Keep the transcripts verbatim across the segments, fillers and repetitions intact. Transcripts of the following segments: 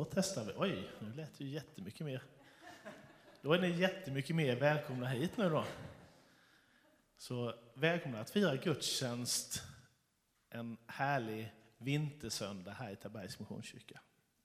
Då testar vi. Oj, nu lät det ju jättemycket mer. Då är ni jättemycket mer välkomna hit nu då. Så välkomna att fira gudstjänst en härlig vintersöndag här i Tabergs Missionskyrka.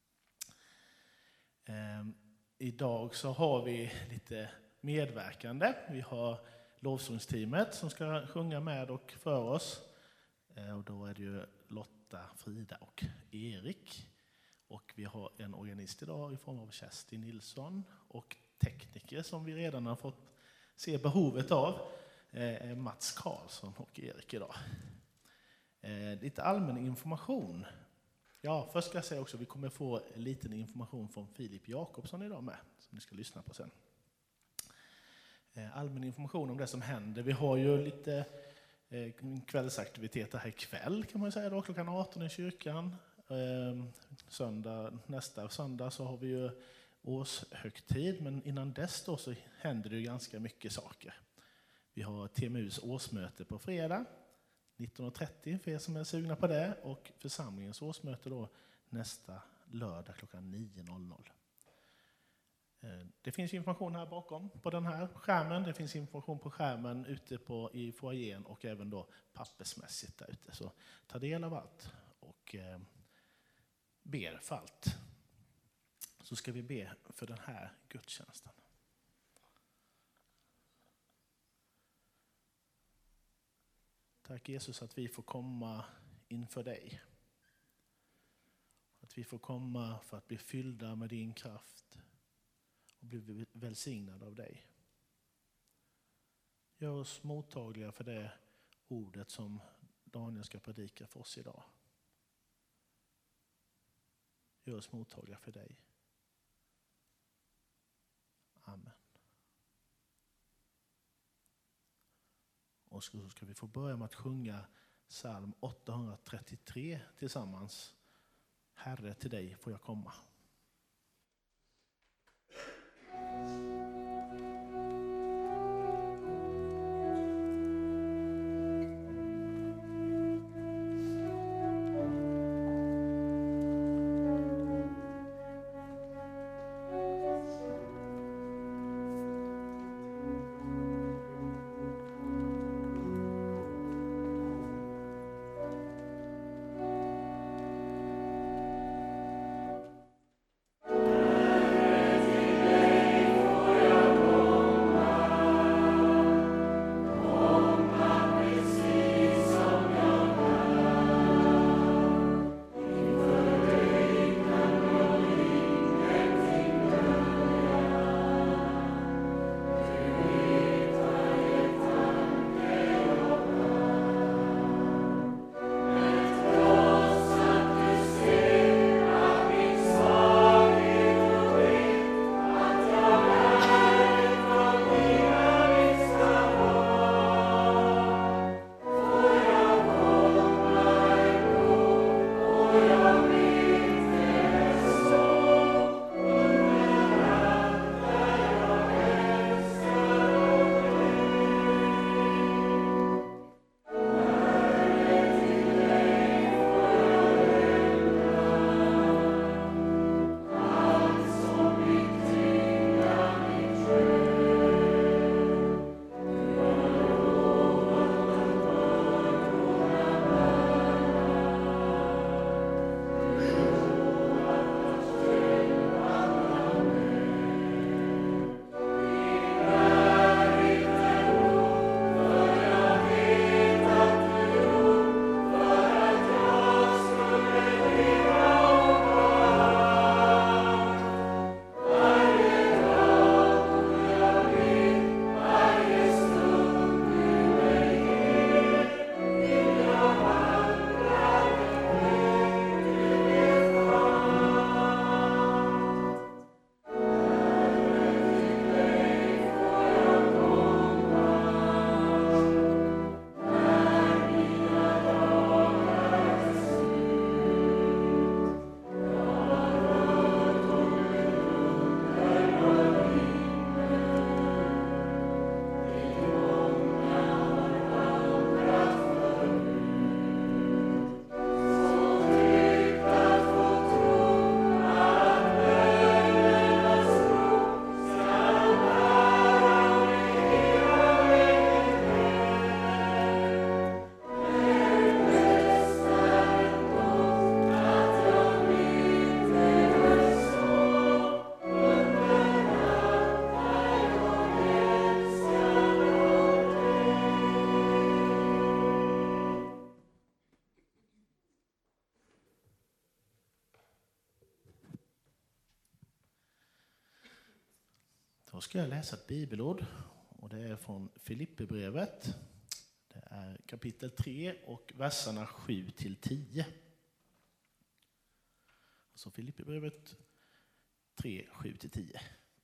Ehm, idag så har vi lite medverkande. Vi har lovsångsteamet som ska sjunga med och för oss. Ehm, och då är det ju Lotta, Frida och Erik. Och vi har en organist idag i form av Kerstin Nilsson och tekniker som vi redan har fått se behovet av. Eh, Mats Karlsson och Erik idag. Eh, lite allmän information. Ja, först ska jag säga också att vi kommer få liten information från Filip Jakobsson idag med, som ni ska lyssna på sen. Eh, allmän information om det som händer. Vi har ju lite eh, kvällsaktiviteter här ikväll kan man säga då, klockan arton i kyrkan. Eh, söndag, nästa söndag så har vi ju årshögtid, men innan dess då så händer det ju ganska mycket saker. Vi har T M U:s årsmöte på fredag nitton och trettio för er som är sugna på det, och församlingens årsmöte då nästa lördag klockan nio. Det finns information här bakom på den här skärmen. Det finns information på skärmen ute på, i foajén och även då pappersmässigt där ute. Så ta del av allt och eh, ber för allt. Så ska vi be för den här gudstjänsten. Tack Jesus att vi får komma inför dig. Att vi får komma för att bli fyllda med din kraft och bli välsignade av dig. Gör oss mottagliga för det ordet som Daniel ska predika för oss idag. Gör oss mottagliga för dig. Amen. Och så ska vi få börja med att sjunga psalm åttahundratrettiotre tillsammans. Herre, till dig får jag komma. Då ska jag läsa ett bibelord och det är från Filipperbrevet. Det är kapitel tre och verserna sju till tio. Så Filipperbrevet tre, sju till tio.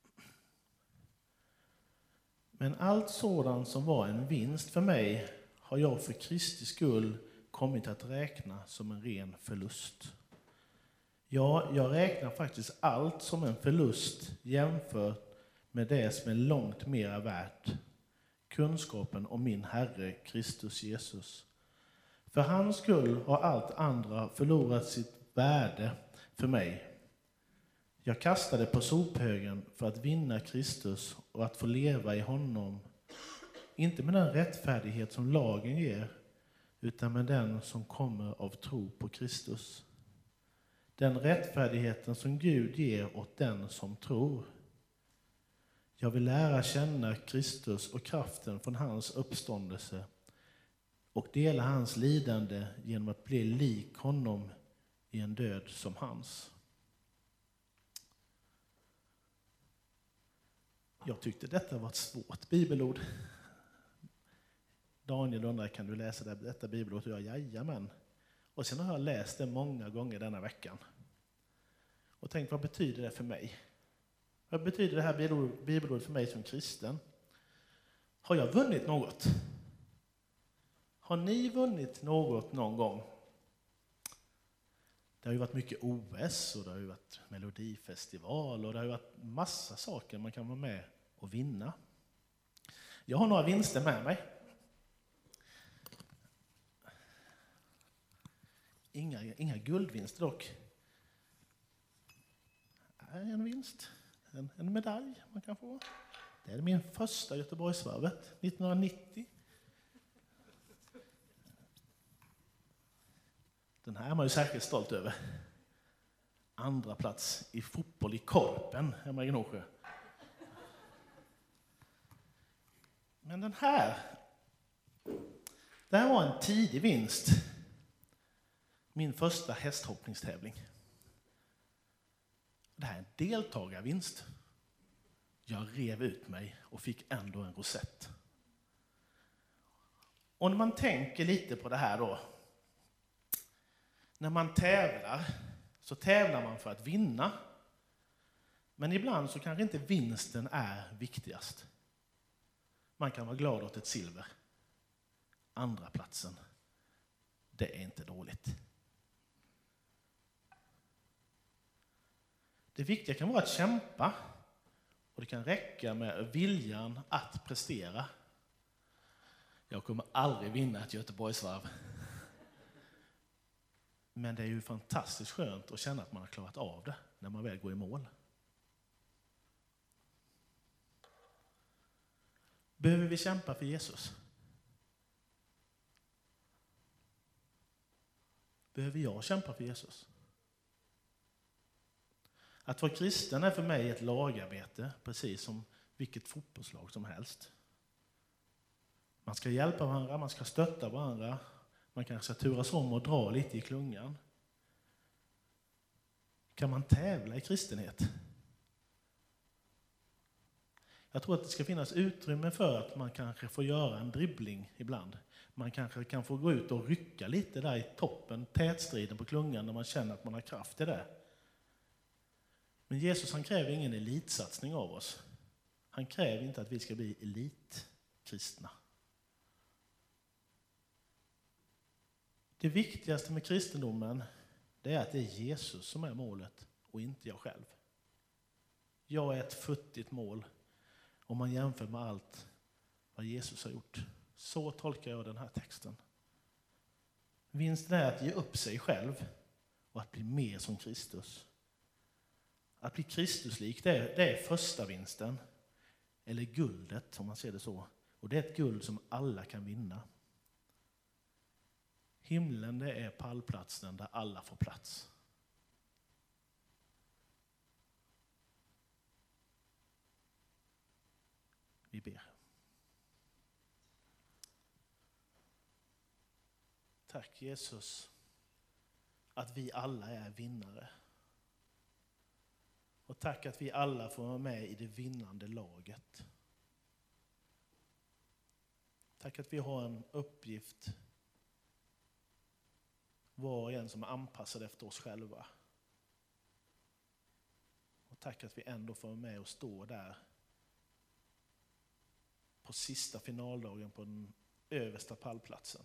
Men allt sådant som var en vinst för mig har jag för Kristi skull kommit att räkna som en ren förlust. Ja, jag räknar faktiskt allt som en förlust jämfört med det som är långt mera värt. Kunskapen om min Herre Kristus Jesus. För hans skull har allt andra förlorat sitt värde för mig. Jag kastade på sophögen för att vinna Kristus och att få leva i honom. Inte med den rättfärdighet som lagen ger, utan med den som kommer av tro på Kristus. Den rättfärdigheten som Gud ger åt den som tror. Jag vill lära känna Kristus och kraften från hans uppståndelse och dela hans lidande genom att bli lik honom i en död som hans. Jag tyckte detta var ett svårt bibelord. Daniel undrar, kan du läsa detta bibelord? Och jag, jajamän. Och sen har jag läst det många gånger denna veckan. Och tänkt, vad betyder det för mig? Vad betyder det här bibelordet för mig som kristen? Har jag vunnit något? Har ni vunnit något någon gång? Det har ju varit mycket O S och det har ju varit melodifestival och det har ju varit massa saker man kan vara med och vinna. Jag har några vinster med mig. Inga, inga guldvinster dock. Här är en vinst. En, en medalj man kan få. Det är min första Göteborgsvarvet nittonhundranittio. Den här är man ju särskilt stolt över. Andra plats i fotboll i Korpen hemma i Gnosjö. Men den här, det här var en tidig vinst. Min första hästhoppningstävling. Det här är en deltagarvinst. Jag rev ut mig och fick ändå en rosett. Och när man tänker lite på det här då. När man tävlar så tävlar man för att vinna. Men ibland så kanske inte vinsten är viktigast. Man kan vara glad åt ett silver. Andra platsen, det är inte dåligt. Det viktiga kan vara att kämpa. Och det kan räcka med viljan att prestera. Jag kommer aldrig vinna ett Göteborgsvarv. Men det är ju fantastiskt skönt att känna att man har klarat av det när man väl går i mål. Behöver vi kämpa för Jesus? Behöver jag kämpa för Jesus? Att vara kristen är för mig ett lagarbete, precis som vilket fotbollslag som helst. Man ska hjälpa varandra, man ska stötta varandra. Man kanske ska turas om och dra lite i klungan. Kan man tävla i kristenhet? Jag tror att det ska finnas utrymme för att man kanske får göra en dribbling ibland. Man kanske kan få gå ut och rycka lite där i toppen, tätstriden på klungan när man känner att man har kraft i det. Men Jesus, han kräver ingen elitsatsning av oss. Han kräver inte att vi ska bli elitkristna. Det viktigaste med kristendomen, det är att det är Jesus som är målet och inte jag själv. Jag är ett futtigt mål om man jämför med allt vad Jesus har gjort. Så tolkar jag den här texten. Vinsten är att ge upp sig själv och att bli mer som Kristus. Att bli Kristuslik, det är, det är första vinsten. Eller guldet, om man ser det så. Och det är ett guld som alla kan vinna. Himlen, det är pallplatsen där alla får plats. Vi ber. Tack Jesus att vi alla är vinnare. Och tack att vi alla får vara med i det vinnande laget. Tack att vi har en uppgift, var och en som är anpassad efter oss själva. Och tack att vi ändå får vara med och stå där på sista finaldagen på den översta pallplatsen.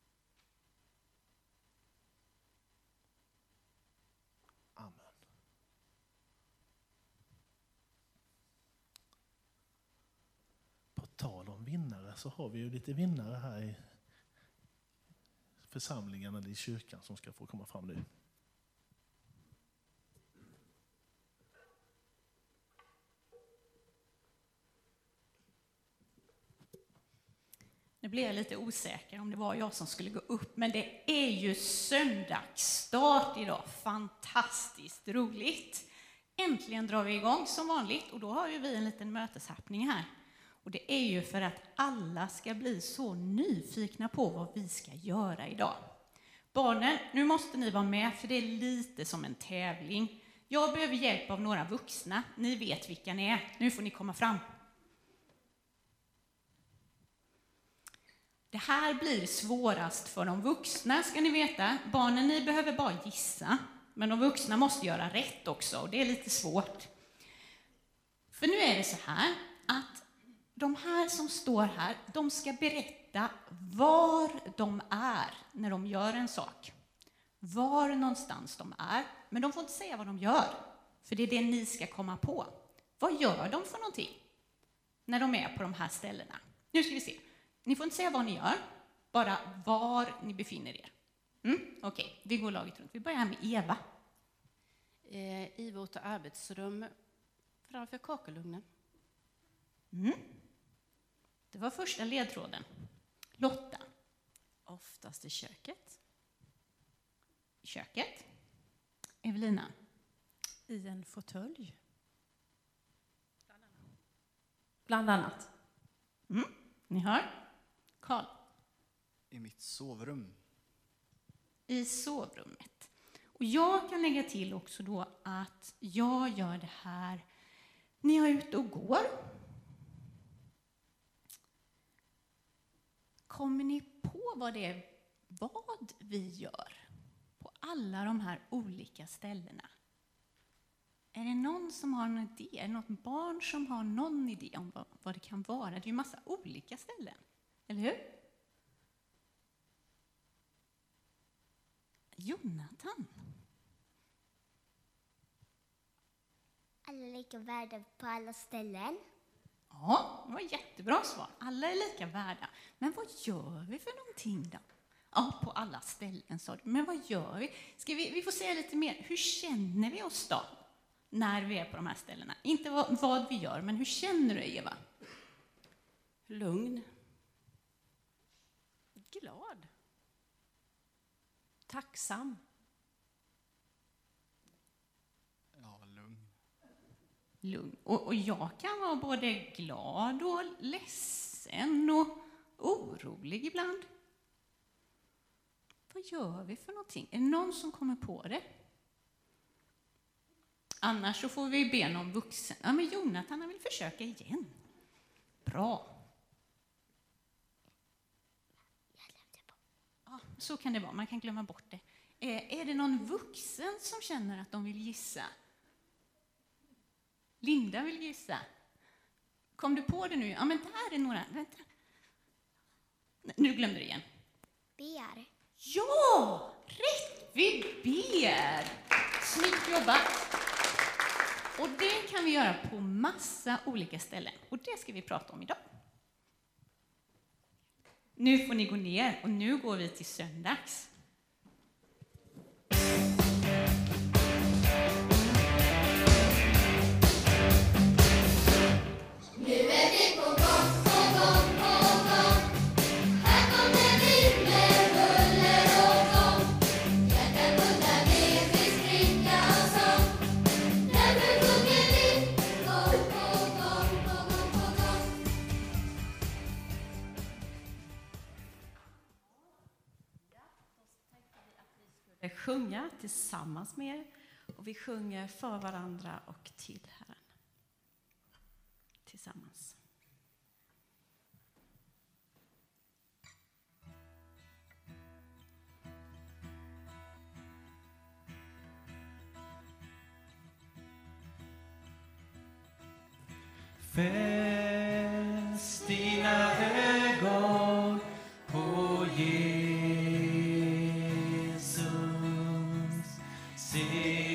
Amen. På tal om vinnare så har vi ju lite vinnare här i församlingen eller i kyrkan som ska få komma fram nu. Nu blir jag lite osäker om det var jag som skulle gå upp, men det är ju söndagsstart idag. Fantastiskt roligt. Äntligen drar vi igång som vanligt och då har ju vi en liten möteshappening här. Och det är ju för att alla ska bli så nyfikna på vad vi ska göra idag. Barnen, nu måste ni vara med för det är lite som en tävling. Jag behöver hjälp av några vuxna. Ni vet vilka ni är. Nu får ni komma fram. Det här blir svårast för de vuxna, ska ni veta. Barnen, ni behöver bara gissa. Men de vuxna måste göra rätt också, och det är lite svårt. För nu är det så här, att de här som står här, de ska berätta var de är när de gör en sak. Var någonstans de är, men de får inte säga vad de gör. För det är det ni ska komma på. Vad gör de för någonting när de är på de här ställena? Nu ska vi se. Ni får inte säga vad ni gör, bara var ni befinner er. Mm? Okej, okay, vi går laget runt. Vi börjar med Eva. Eh, I vårt arbetsrum framför kakelugnen. Mm. Det var första ledtråden. Lotta. Oftast i köket. I köket. Evelina. I en fåtölj. Bland annat. Bland annat. Mm. Ni hör? Karl. I mitt sovrum. I sovrummet. Och jag kan lägga till också då att jag gör det här när jag är ute och går. Kommer ni på vad det är, vad vi gör på alla de här olika ställena? Är det någon som har en idé? Är det något barn som har någon idé om vad, vad det kan vara? Det är ju massa olika ställen, eller hur? Jonathan. Alla är lika värda på alla ställen. Ja, det var ett jättebra svar. Alla är lika värda. Men vad gör vi för någonting då? Ja, på alla ställen sa du. Men vad gör vi? Ska vi, vi får säga lite mer. Hur känner vi oss då när vi är på de här ställena? Inte vad, vad vi gör, men hur känner du, Eva? Lugn. Glad. Tacksam. Ja, lugn. Lugn. Och, och jag kan vara både glad och ledsen och orolig ibland. Vad gör vi för någonting? Är det någon som kommer på det? Annars så får vi be någon vuxen. Ja, men Jonathan, han vill försöka igen. Bra. Ja, så kan det vara. Man kan glömma bort det. Eh, är det någon vuxen som känner att de vill gissa? Linda vill gissa. Kom du på det nu? Ja, men där är några. Vänta. Nu glömde du igen. Ber. Ja, rätt! Vi ber. Snyggt jobbat. Och det kan vi göra på massa olika ställen. Och det ska vi prata om idag. Nu får ni gå ner och nu går vi till söndags. Nu är vi på gång, på gång, på gång. Här kommer vi med buller och gång. Hjärtan bullar ner, vi springer och sång. Därför sjunger vi gång på gång, på gång, på gång. Sjunga tillsammans med er. Och vi sjunger för varandra och till Herren. Tillsammans. Fäst dina ögon på Jesus. Se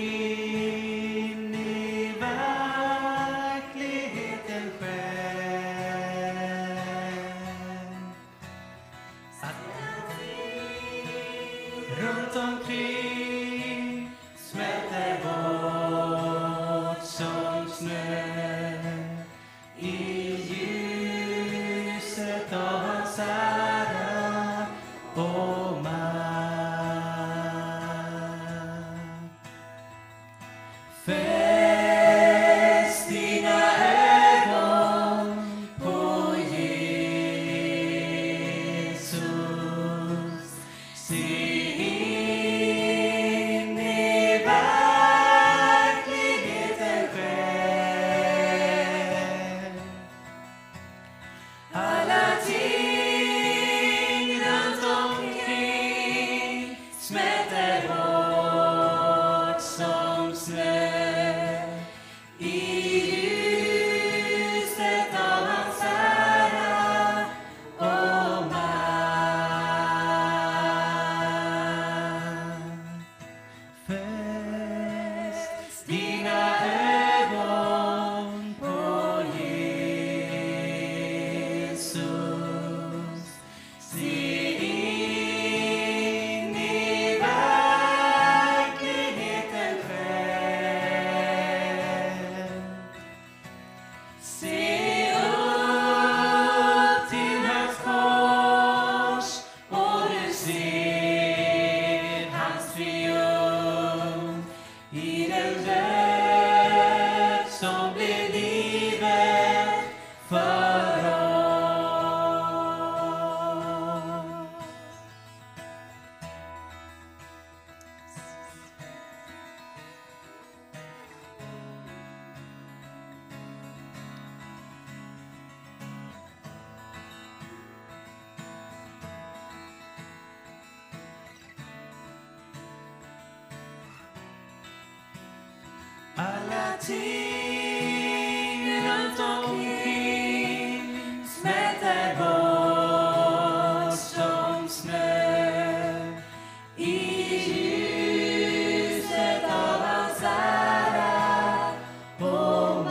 in i verkligheten själv. Att runt omkring smälter bort som snö. I ljuset av hans ära och makt. Fäst dina ögon på Jesus. Se in i verkligheten själv. Alla ting runt omkring smälter bort som snö. I ljuset av hans ära och makt. Fäst dina ögon på Jesus. Se in i verkligheten själv. Se upp till hans kors och du ser hans triumf i den död som blev livet för oss. Alla ting runt omkring smälter bort som snö. I ljuset av hans ära och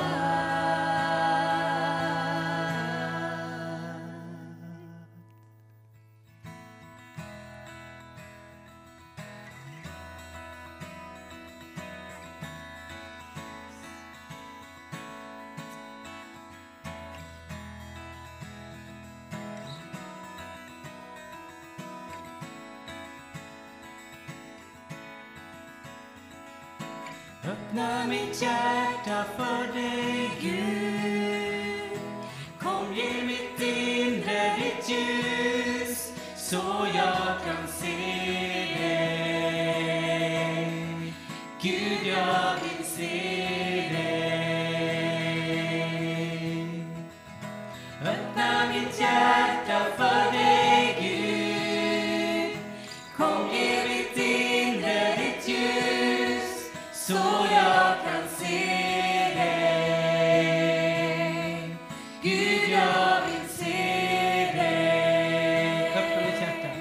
makt. Öppna mitt hjärta för dig, Gud. Kom, ge mitt inre ditt ljus, så jag kan se dig. Gud, jag vill se dig. Öppna mitt hjärta för dig, Gud. Kom, ge mitt inre ditt ljus, så jag kan se dig. Gud, jag vill se dig. Öppna mitt hjärta.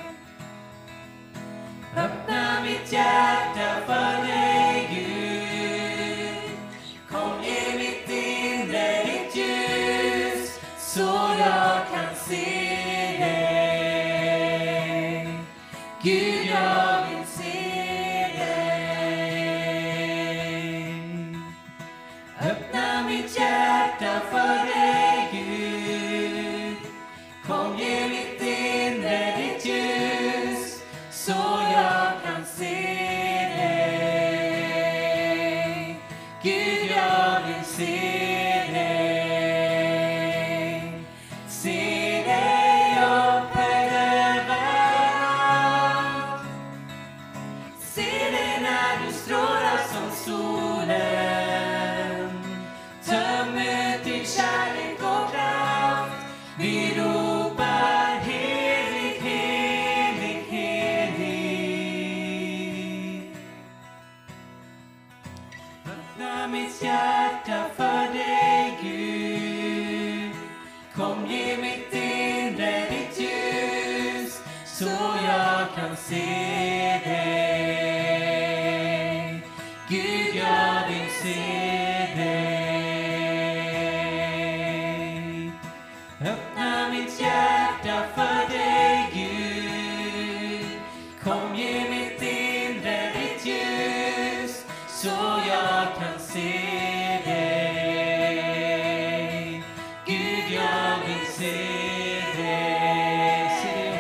Öppna mitt hjärta för dig, Gud. Kom, ge mitt inre ditt ljus, så jag kan se dig. Gud, jag vill se dig. Öppna mitt hjärta för dig, Gud. Kom, ge mitt inre ditt ljus, så jag kan se dig. Gud, jag vill se dig. Se dig upphöjd överallt. Se dig när du strålar hjärta för dig, Gud. Kom, ge mitt inre ditt ljus, så jag kan se dig. Gud, jag vill se dig. Öppna mitt hjärta för dig, Gud. Kom, ge mitt inre ditt ljus, så jag kan se dig. Gud, jag vill se dig.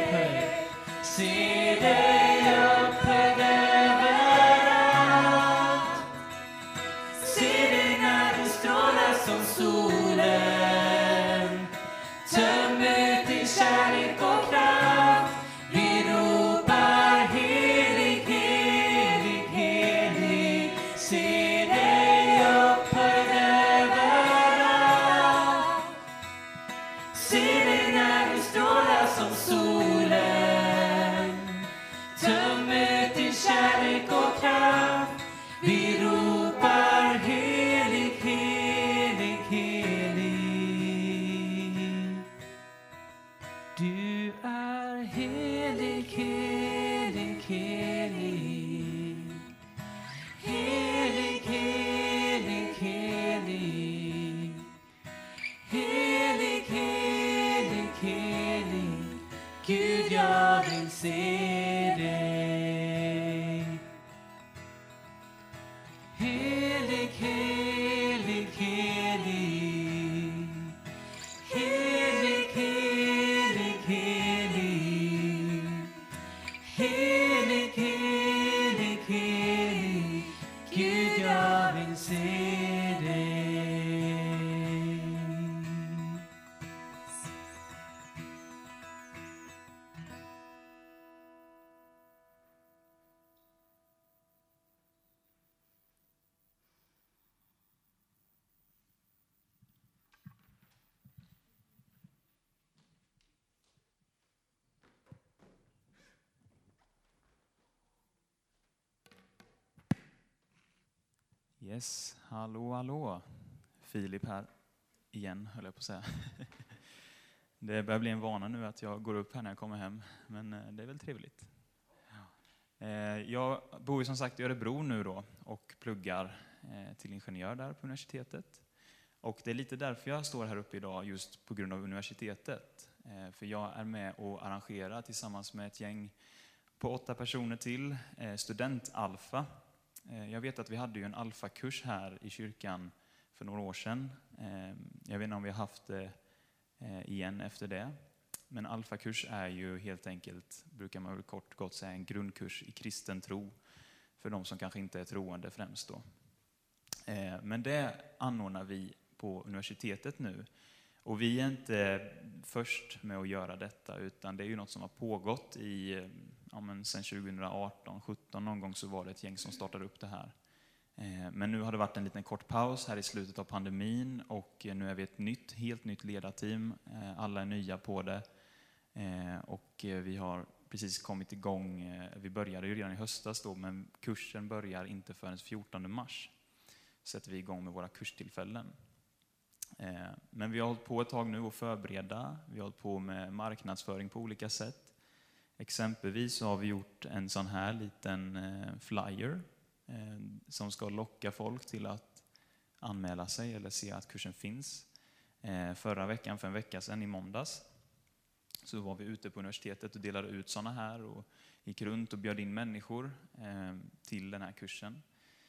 Se dig upphöjd överallt. Se dig när du strålar som solen. Töm ut din kärlek och kraft. Vi ropar helig, helig, helig. Se dig upphöjd överallt. Se dig när du strålar som solen. Töm ut din kärlek och kraft. Vi ropar helig, helig, helig. Du är helig, helig, helig. Helig, helig, helig. Helig, helig, helig. Gud, jag vill se dig. Helig, helig, helig. Helig, helig, helig. Helig, helig, helig. Gud, jag vill se dig. Yes, hallå, hallå. Filip här igen, höll jag på att säga. Det börjar bli en vana nu att jag går upp här när jag kommer hem, men det är väl trevligt. Jag bor ju som sagt i Örebro nu då och pluggar till ingenjör där på universitetet. Och det är lite därför jag står här uppe idag, just på grund av universitetet. För jag är med och arrangerar tillsammans med ett gäng på åtta personer till Studentalfa. Jag vet att vi hade ju en alfakurs här i kyrkan för några år sedan. Jag vet inte om vi har haft det igen efter det. Men alfakurs är ju helt enkelt, brukar man väl kort gott säga, en grundkurs i kristen tro. För de som kanske inte är troende främst då. Men det anordnar vi på universitetet nu. Och vi är inte först med att göra detta, utan det är ju något som har pågått i, ja men sen tjugoarton sjutton någon gång så var det ett gäng som startade upp det här. Men nu har det varit en liten kort paus här i slutet av pandemin och nu är vi ett nytt, helt nytt ledarteam. Alla är nya på det och vi har precis kommit igång. Vi började ju redan i höstas då, men kursen börjar inte förrän fjortonde mars. Sätter vi igång med våra kurstillfällen. Men vi har hållit på ett tag nu och förbereda. Vi har hållit på med marknadsföring på olika sätt. Exempelvis så har vi gjort en sån här liten flyer som ska locka folk till att anmäla sig eller se att kursen finns. Förra veckan, för en vecka sedan i måndags, så var vi ute på universitetet och delade ut såna här och gick runt och bjöd in människor till den här kursen.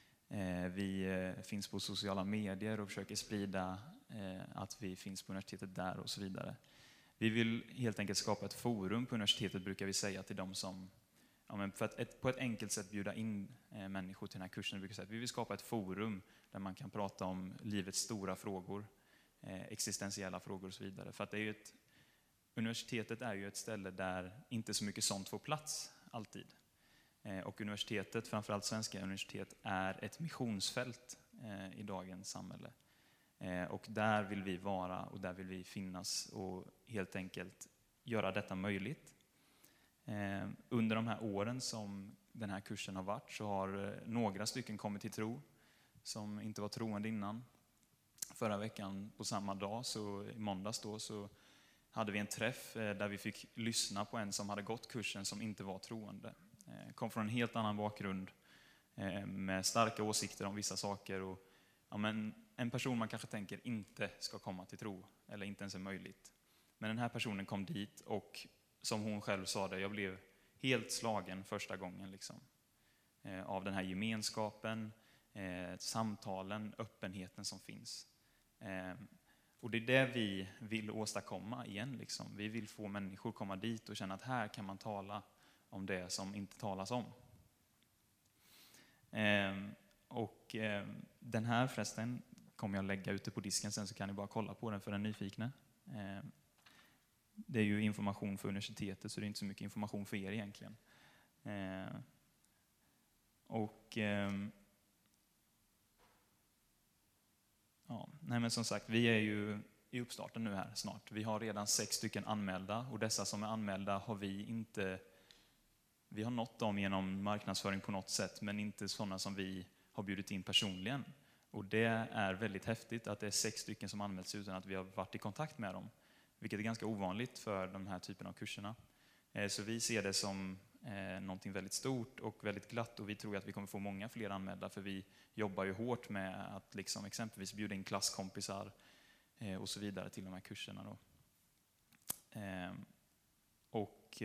Vi finns på sociala medier och försöker sprida att vi finns på universitetet där och så vidare. Vi vill helt enkelt skapa ett forum på universitetet, brukar vi säga till de som, ja men för att ett, på ett enkelt sätt bjuda in människor till den här kursen. Vi brukar säga att vi vill skapa ett forum där man kan prata om livets stora frågor, existentiella frågor och så vidare. För att det är ju ett, universitetet är ju ett ställe där inte så mycket sånt får plats alltid. Och universitetet, framförallt svenska universitet, är ett missionsfält i dagens samhälle. Och där vill vi vara och där vill vi finnas och helt enkelt göra detta möjligt. Under de här åren som den här kursen har varit så har några stycken kommit till tro som inte var troende innan. förra veckan på samma dag, så i måndags då, så hade vi en träff eh, där vi fick lyssna på en som hade gått kursen som inte var troende. Eh, kom från en helt annan bakgrund eh, med starka åsikter om vissa saker. Och, ja, men en person man kanske tänker inte ska komma till tro, eller inte ens är möjligt. Men den här personen kom dit och som hon själv sa det, jag blev helt slagen första gången liksom. Eh, av den här gemenskapen, eh, samtalen, öppenheten som finns. Eh, och det är det vi vill åstadkomma igen. Liksom. Vi vill få människor komma dit och känna att här kan man tala om det som inte talas om. Eh, och eh, den här förresten kommer jag lägga ute på disken sen, så kan ni bara kolla på den för den nyfikna. Eh, det är ju information för universitetet, så det är inte så mycket information för er egentligen. Eh, och eh, ja, nej men som sagt, vi är ju i uppstarten nu här snart. Vi har redan sex stycken anmälda, och dessa som är anmälda har vi inte, vi har nått dem genom marknadsföring på något sätt, men inte sådana som vi har bjudit in personligen. Och det är väldigt häftigt att det är sex stycken som anmälts utan att vi har varit i kontakt med dem. Vilket är ganska ovanligt för de här typen av kurserna. Så vi ser det som någonting väldigt stort och väldigt glatt, och vi tror att vi kommer få många fler anmälda, för vi jobbar ju hårt med att liksom exempelvis bjuda in klasskompisar och så vidare till de här kurserna. Då. Och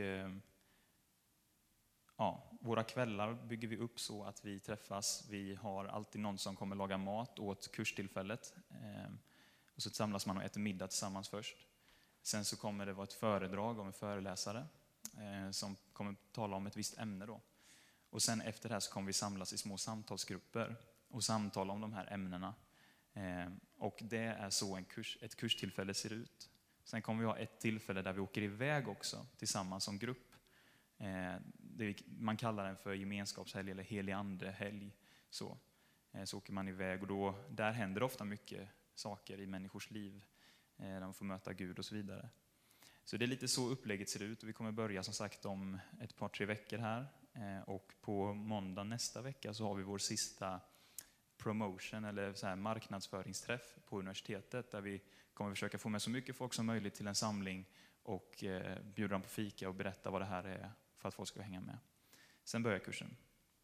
ja, våra kvällar bygger vi upp så att vi träffas. Vi har alltid någon som kommer laga mat åt kurstillfället. Och så samlas man och äter middag tillsammans först. Sen så kommer det vara ett föredrag av en föreläsare eh, som kommer tala om ett visst ämne då. Och sen efter det här så kommer vi samlas i små samtalsgrupper och samtala om de här ämnena. Eh, och det är så en kurs, ett kurstillfälle ser ut. Sen kommer vi ha ett tillfälle där vi åker iväg också tillsammans som grupp. Eh, det, man kallar den för gemenskapshelg eller helig ande-helg. Så, eh, så åker man iväg, och då, där händer ofta mycket saker i människors liv. Där de får möta Gud och så vidare. Så det är lite så upplägget ser ut. Och vi kommer börja som sagt om ett par, tre veckor här. Och på måndag nästa vecka så har vi vår sista promotion eller så här marknadsföringsträff på universitetet. Där vi kommer försöka få med så mycket folk som möjligt till en samling och bjuda dem på fika och berätta vad det här är för att folk ska hänga med. Sen börjar kursen.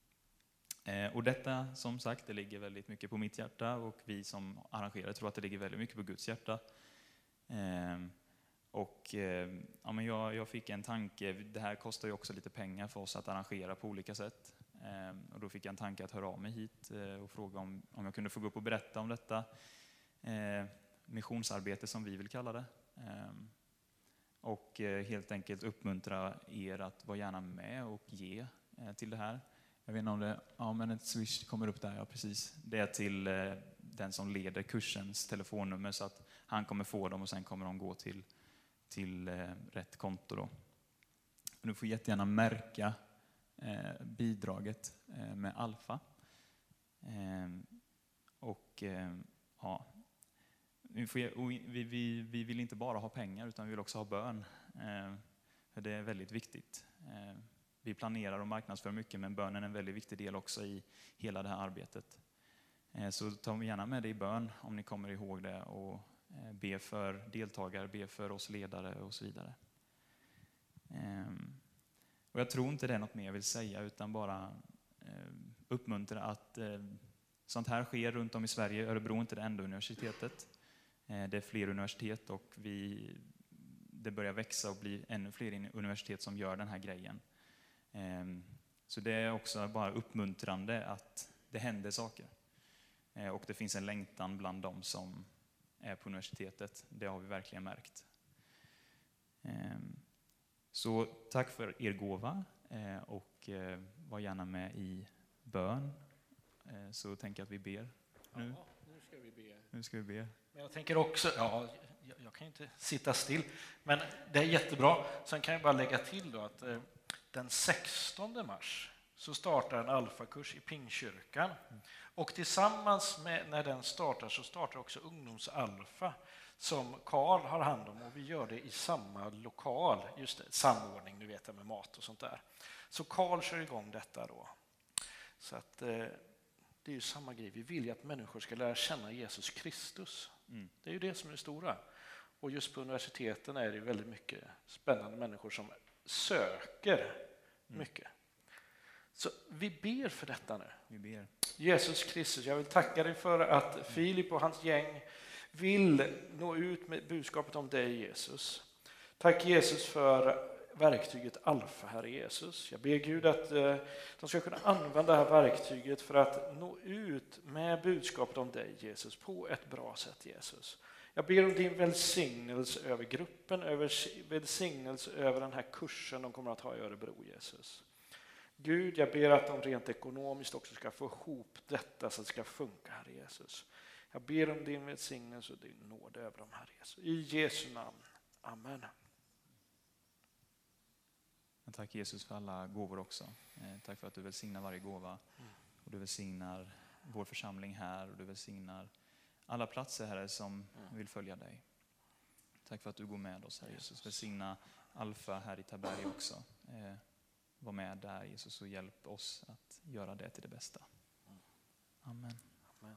Och detta som sagt, det ligger väldigt mycket på mitt hjärta, och vi som arrangerar tror att det ligger väldigt mycket på Guds hjärta. Eh, och eh, ja, men jag, jag fick en tanke, det här kostar ju också lite pengar för oss att arrangera på olika sätt. Eh, och då fick jag en tanke att höra av mig hit eh, och fråga om, om jag kunde få gå upp och berätta om detta eh, missionsarbete som vi vill kalla det. Eh, och eh, helt enkelt uppmuntra er att vara gärna med och ge eh, till det här. Jag vet inte om det, ja men ett swish kommer upp där, ja precis. Det är till eh, den som leder kursens telefonnummer, så att han kommer få dem och sen kommer de gå till, till eh, rätt konto då. Och du får jättegärna märka eh, bidraget eh, med alfa. Eh, och eh, ja, vi, får, vi, vi, vi vill inte bara ha pengar, utan vi vill också ha bön. Eh, för det är väldigt viktigt. Eh, Vi planerar och marknadsför mycket, men bönen är en väldigt viktig del också i hela det här arbetet. Så ta gärna med det i bön om ni kommer ihåg det, och be för deltagare, be för oss ledare och så vidare. Och jag tror inte det är något mer jag vill säga, utan bara uppmuntra att sånt här sker runt om i Sverige. Örebro är inte det enda universitetet. Det är fler universitet, och vi, det börjar växa och bli ännu fler universitet som gör den här grejen. Så det är också bara uppmuntrande att det händer saker. Och det finns en längtan bland de som är på universitetet. Det har vi verkligen märkt. Så tack för er gåva, och var gärna med i bön. Så tänker jag att vi ber nu. Ja, nu ska vi be. Nu ska vi be. Men jag tänker också, ja, jag, jag kan inte sitta still, men det är jättebra. Sen kan jag bara lägga till då att eh, den sextonde mars så startar en alfakurs i Pingkyrkan. Mm. Och tillsammans med när den startar så startar också ungdomsalfa som Karl har hand om, och vi gör det i samma lokal, just det, samordning, du vet, med mat och sånt där. Så Karl kör igång detta då. Så att eh, det är ju samma grej. Vi vill ju att människor ska lära känna Jesus Kristus. Mm. Det är ju det som är det stora. Och just på universiteten är det väldigt mycket spännande människor som söker mycket. Så vi ber för detta nu. Vi ber. Jesus Kristus, jag vill tacka dig för att Filip och hans gäng vill nå ut med budskapet om dig, Jesus. Tack Jesus för verktyget Alfa, Herre Jesus. Jag ber Gud att de ska kunna använda det här verktyget för att nå ut med budskapet om dig, Jesus, på ett bra sätt, Jesus. Jag ber om din välsignelse över gruppen, över välsignelse över den här kursen de kommer att ha i Örebro, Jesus. Gud, jag ber att de rent ekonomiskt också ska få ihop detta så att det ska funka, Herre Jesus. Jag ber om din välsignelse och din nåd över dem, Herre Jesus. I Jesu namn. Amen. Tack Jesus för alla gåvor också. Eh, tack för att du välsignar varje gåva. Mm. Och du välsignar vår församling här och du välsignar alla platser, Herre, som Mm. vill följa dig. Tack för att du går med oss, Herre Jesus. Välsigna Alfa här i Taberg också. Eh, var med där, Jesus, och hjälp oss att göra det till det bästa. Amen. Amen.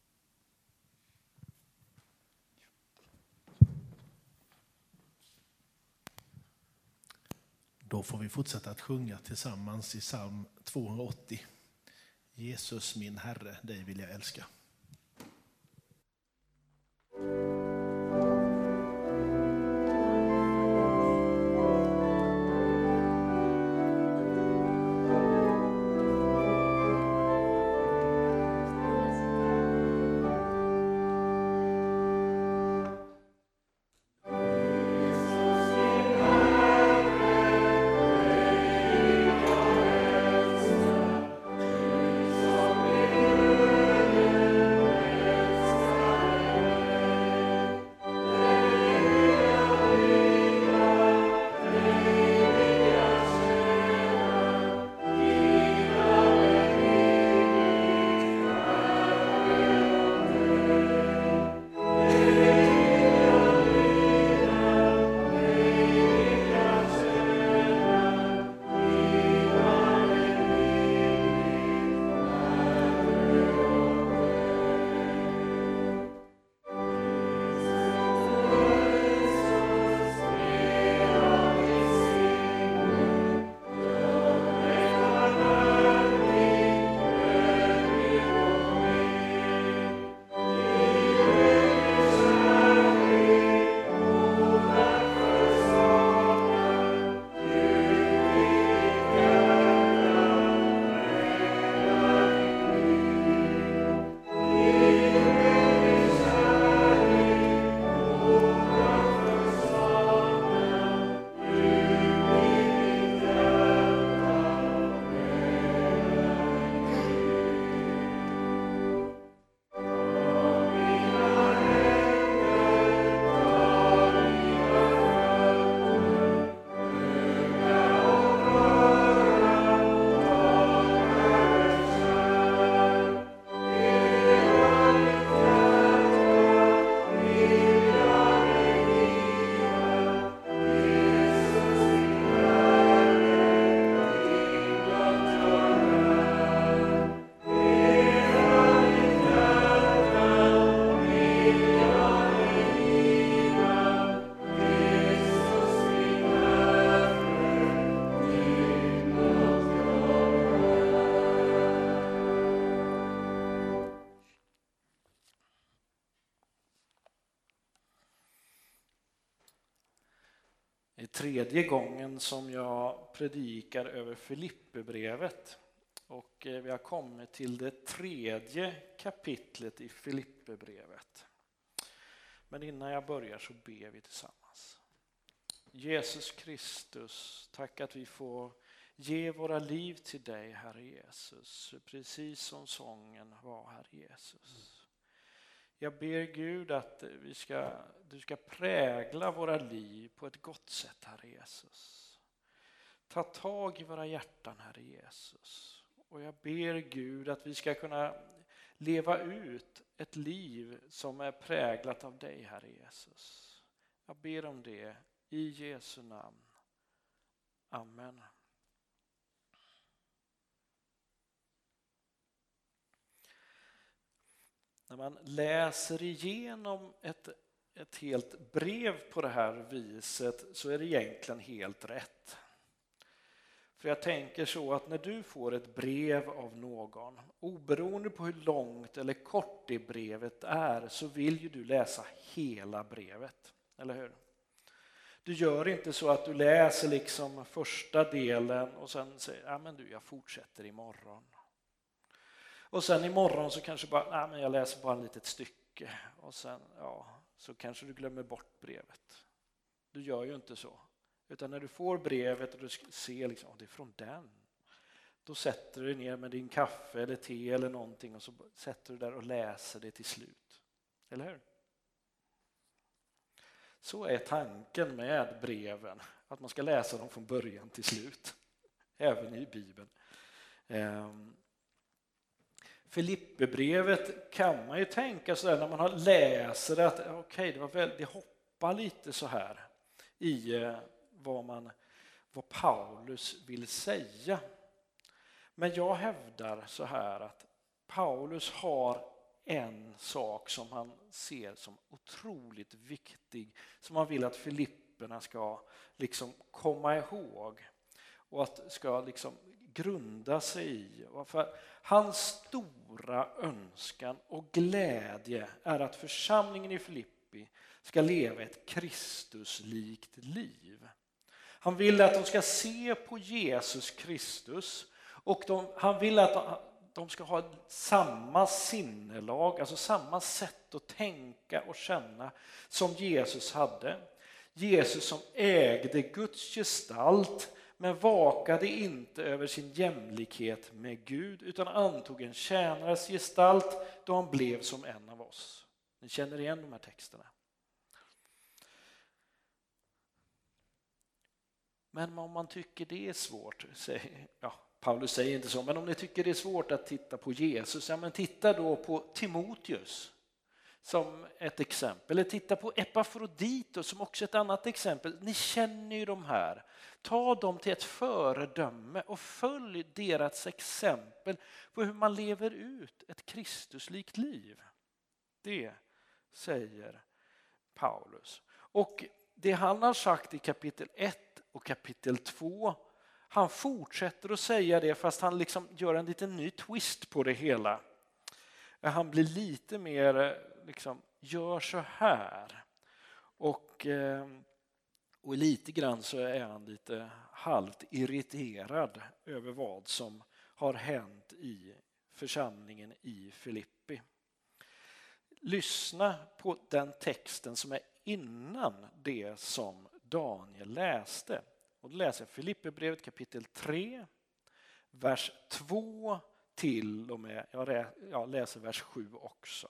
Då får vi fortsätta att sjunga tillsammans i psalm tvåhundraåttio. Jesus min Herre, dig vill jag älska. Det är tredje gången som jag predikar över Filipperbrevet. Och vi har kommit till det tredje kapitlet i Filipperbrevet. Men innan jag börjar så ber vi tillsammans. Jesus Kristus, tack att vi får ge våra liv till dig, Herre Jesus. Precis som sången var, Herre Jesus. Jag ber Gud att vi ska, du ska prägla våra liv på ett gott sätt, Herre Jesus. Ta tag i våra hjärtan, Herre Jesus. Och jag ber Gud att vi ska kunna leva ut ett liv som är präglat av dig, Herre Jesus. Jag ber om det i Jesu namn. Amen. när man läser igenom ett, ett helt brev på det här viset så är det egentligen helt rätt. För jag tänker så att när du får ett brev av någon, oberoende på hur långt eller kort det brevet är, så vill ju du läsa hela brevet, eller hur? Du gör inte så att du läser liksom första delen och sen säger, ja men du, jag fortsätter imorgon. Och sen imorgon så kanske bara, nej men jag läser bara ett litet stycke och sen, ja, så kanske du glömmer bort brevet. Du gör ju inte så. Utan när du får brevet och du ser liksom, oh, det är från den. Då sätter du dig ner med din kaffe eller te eller någonting och så sätter du där och läser det till slut. Eller hur? Så är tanken med breven. Att man ska läsa dem från början till slut. Även i Bibeln. Ehm. Filipperbrevet kan man ju tänka så där när man har läser att okej, okay, det var väl, det hoppar lite så här i vad man vad Paulus vill säga. Men jag hävdar så här att Paulus har en sak som han ser som otroligt viktig, som han vill att filipperna ska liksom komma ihåg och att ska liksom grunda sig i. För hans stora önskan och glädje är att församlingen i Filippi ska leva ett Kristuslikt liv. Han vill att de ska se på Jesus Kristus och de, han vill att de, de ska ha samma sinnelag, alltså samma sätt att tänka och känna som Jesus hade. Jesus som ägde Guds gestalt men vakade inte över sin jämlikhet med Gud utan antog en tjänares gestalt då han blev som en av oss. Ni känner igen de här texterna. Men om man tycker det är svårt, ja, Paulus säger inte så, men om ni tycker det är svårt att titta på Jesus, ja, men titta då på Timoteus som ett exempel. Eller titta på Epafroditus som också ett annat exempel. Ni känner ju de här. Ta dem till ett föredöme och följ deras exempel på hur man lever ut ett Kristuslikt liv. Det säger Paulus. Och det han har sagt i kapitel ett och kapitel två, han fortsätter att säga det fast han liksom gör en liten ny twist på det hela. Han blir lite mer liksom, gör så här. Och, och lite grann så är han lite halvt irriterad över vad som har hänt i församlingen i Filippi. Lyssna på den texten som är innan det som Daniel läste. Och då läser jag Filipperbrevet kapitel tre, vers två till och med, jag läser vers sju också.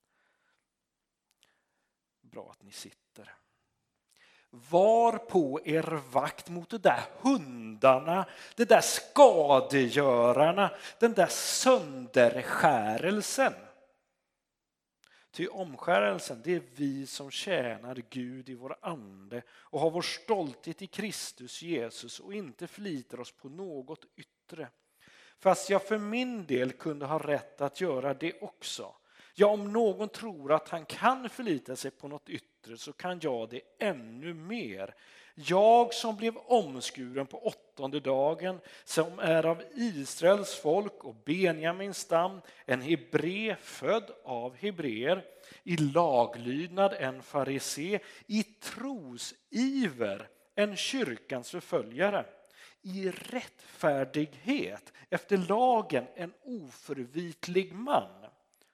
Bra att ni sitter. Var på er vakt mot de där hundarna, de där skadegörarna, den där sönderskärelsen. Ty omskärelsen, det är vi som tjänar Gud i vår ande och har vår stolthet i Kristus Jesus och inte förlitar oss på något yttre. Fast jag för min del kunde ha rätt att göra det också. Ja, om någon tror att han kan förlita sig på något yttre så kan jag det ännu mer. Jag som blev omskuren på åttonde dagen, som är av Israels folk och Benjamins stam, en hebre född av hebreer, i laglydnad en farisé, i trosiver en kyrkans förföljare, i rättfärdighet efter lagen en oförvitlig man.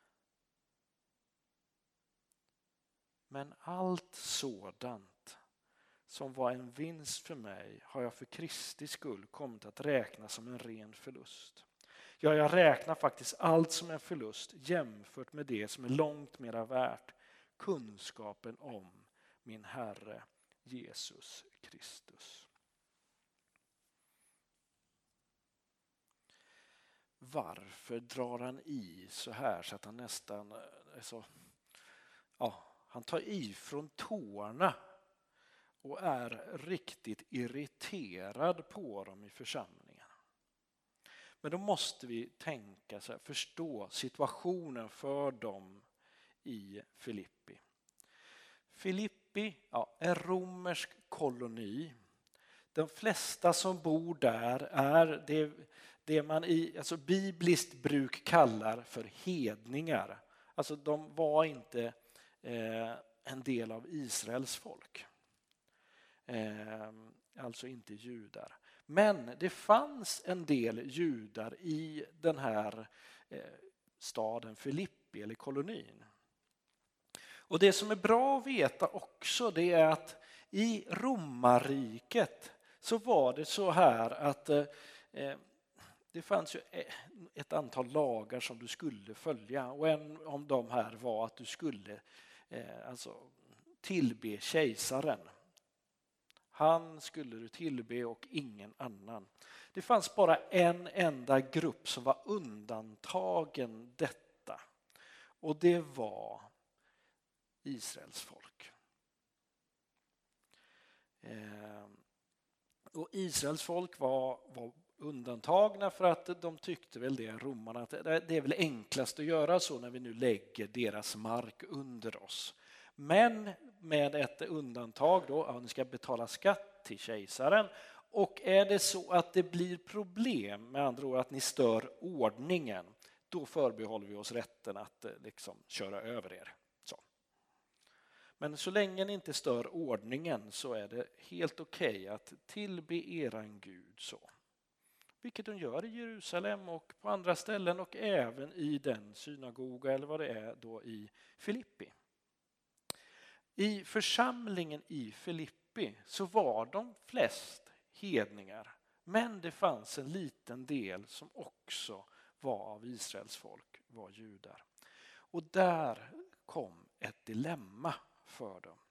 Men allt sådant som var en vinst för mig har jag för Kristi skull kommit att räkna som en ren förlust. Ja, jag räknar faktiskt allt som en förlust jämfört med det som är långt mera värt, kunskapen om min Herre Jesus Kristus. Varför drar han i så här så att han nästan är så, ja, han tar i från tårna och är riktigt irriterad på dem i församlingen. Men då måste vi tänka så här, förstå situationen för dem i Filippi. Filippi, ja, en romersk koloni. De flesta som bor där är det, det man i alltså bibliskt bruk kallar för hedningar. Alltså de var inte eh, en del av Israels folk. Eh, alltså inte judar. Men det fanns en del judar i den här eh, staden Filippi eller kolonin. Och det som är bra att veta också, det är att i romarriket så var det så här att eh, det fanns ju ett antal lagar som du skulle följa, och en av de här var att du skulle eh, alltså, tillbe kejsaren. Han skulle du tillbe och ingen annan. Det fanns bara en enda grupp som var undantagen detta, och det var Israels folk. Eh, och Israels folk var, var undantagna för att de tyckte väl det, romarna, att det är väl enklast att göra så när vi nu lägger deras mark under oss. Men med ett undantag då, ja, ni ska betala skatt till kejsaren, och är det så att det blir problem, med andra ord att ni stör ordningen, då förbehåller vi oss rätten att liksom köra över er. Så. Men så länge ni inte stör ordningen så är det helt okej okay att tillbe eran Gud så. Vilket de gör i Jerusalem och på andra ställen, och även i den synagoga eller vad det är då i Filippi. I församlingen i Filippi så var de flest hedningar, men det fanns en liten del som också var av Israels folk, var judar. Och där kom ett dilemma för dem.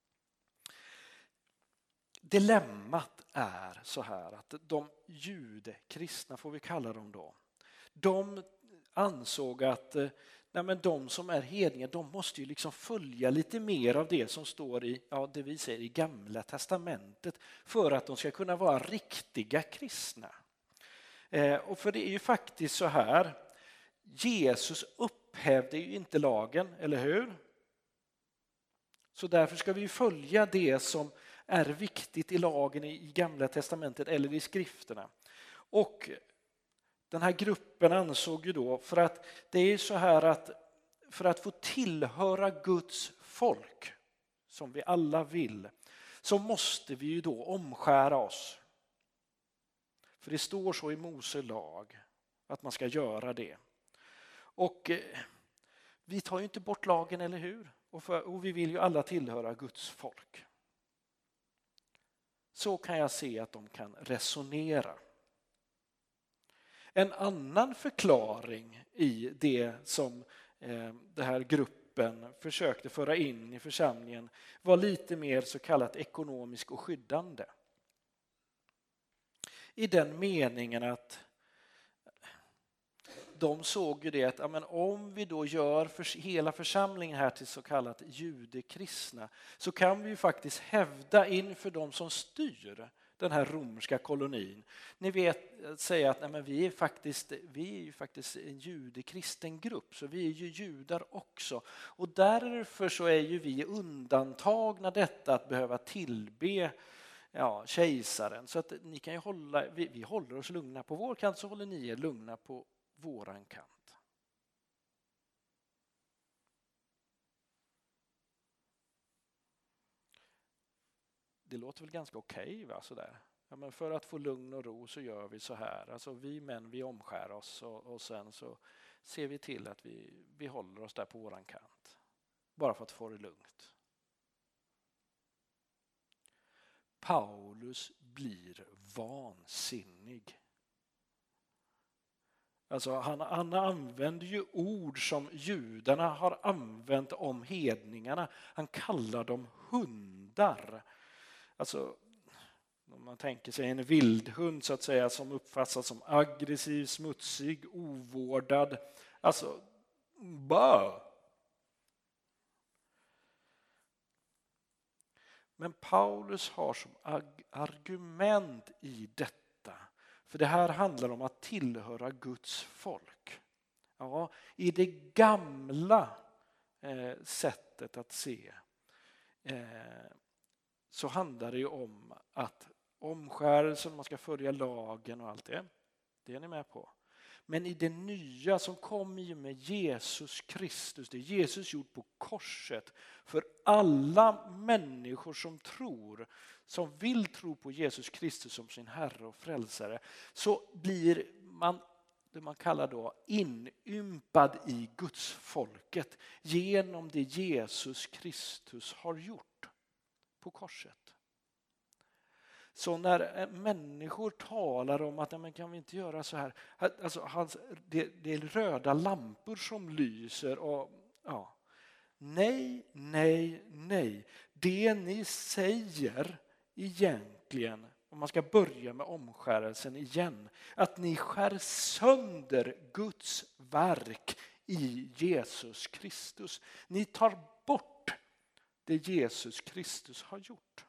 Dilemmat är så här att de judekristna, får vi kalla dem då, de ansåg att nej men de som är hedningar, de måste ju liksom följa lite mer av det som står i, ja, det vi säger i Gamla testamentet, för att de ska kunna vara riktiga kristna. Eh, och för det är ju faktiskt så här, Jesus upphävde ju inte lagen, eller hur? Så därför ska vi följa det som är viktigt i lagen i Gamla testamentet eller i skrifterna. Och den här gruppen ansåg ju då, för att det är så här att för att få tillhöra Guds folk, som vi alla vill, så måste vi ju då omskära oss. För det står så i Mose lag att man ska göra det. Och vi tar ju inte bort lagen, eller hur? Och, för, och vi vill ju alla tillhöra Guds folk. Så kan jag se att de kan resonera. En annan förklaring i det som eh, den här gruppen försökte föra in i församlingen var lite mer så kallat ekonomisk och skyddande. I den meningen att de såg ju det att ja, men om vi då gör för, hela församlingen här till så kallat judekristna, så kan vi ju faktiskt hävda inför de som styr den här romerska kolonin. Ni vet, säga att nej, men vi, är faktiskt, vi är ju faktiskt en judekristen grupp, så vi är ju judar också. Och därför så är ju vi undantagna detta att behöva tillbe ja, kejsaren. Så att ni kan ju hålla, vi, vi håller oss lugna på vår kant, så håller ni er lugna på våran kant. Det låter väl ganska okej, va, sådär. Ja, men för att få lugn och ro så gör vi så här. Alltså vi män, vi omskär oss och, och sen så ser vi till att vi, vi håller oss där på våran kant. Bara för att få det lugnt. Paulus blir vansinnig. Alltså han, han använder ju ord som judarna har använt om hedningarna. Han kallar dem hundar. Alltså om man tänker sig en vildhund så att säga, som uppfattas som aggressiv, smutsig, ovårdad. Alltså, bö. Men Paulus har som argument i detta, för det här handlar om att tillhöra Guds folk. Ja, i det gamla eh, sättet att se eh, så handlar det ju om att omskärelsen, man ska följa lagen och allt det. Det är ni med på. Men i det nya som kom i med Jesus Kristus, det Jesus gjort på korset för alla människor som tror, som vill tro på Jesus Kristus som sin Herre och frälsare, så blir man, det man kallar då, inympad i Guds folket genom det Jesus Kristus har gjort på korset. Så när människor talar om att men kan vi inte göra så här, alltså hans, det, det är röda lampor som lyser och ja, nej, nej, nej. Det ni säger egentligen, om man ska börja med omskärelsen igen, att ni skär sönder Guds verk i Jesus Kristus. Ni tar bort det Jesus Kristus har gjort.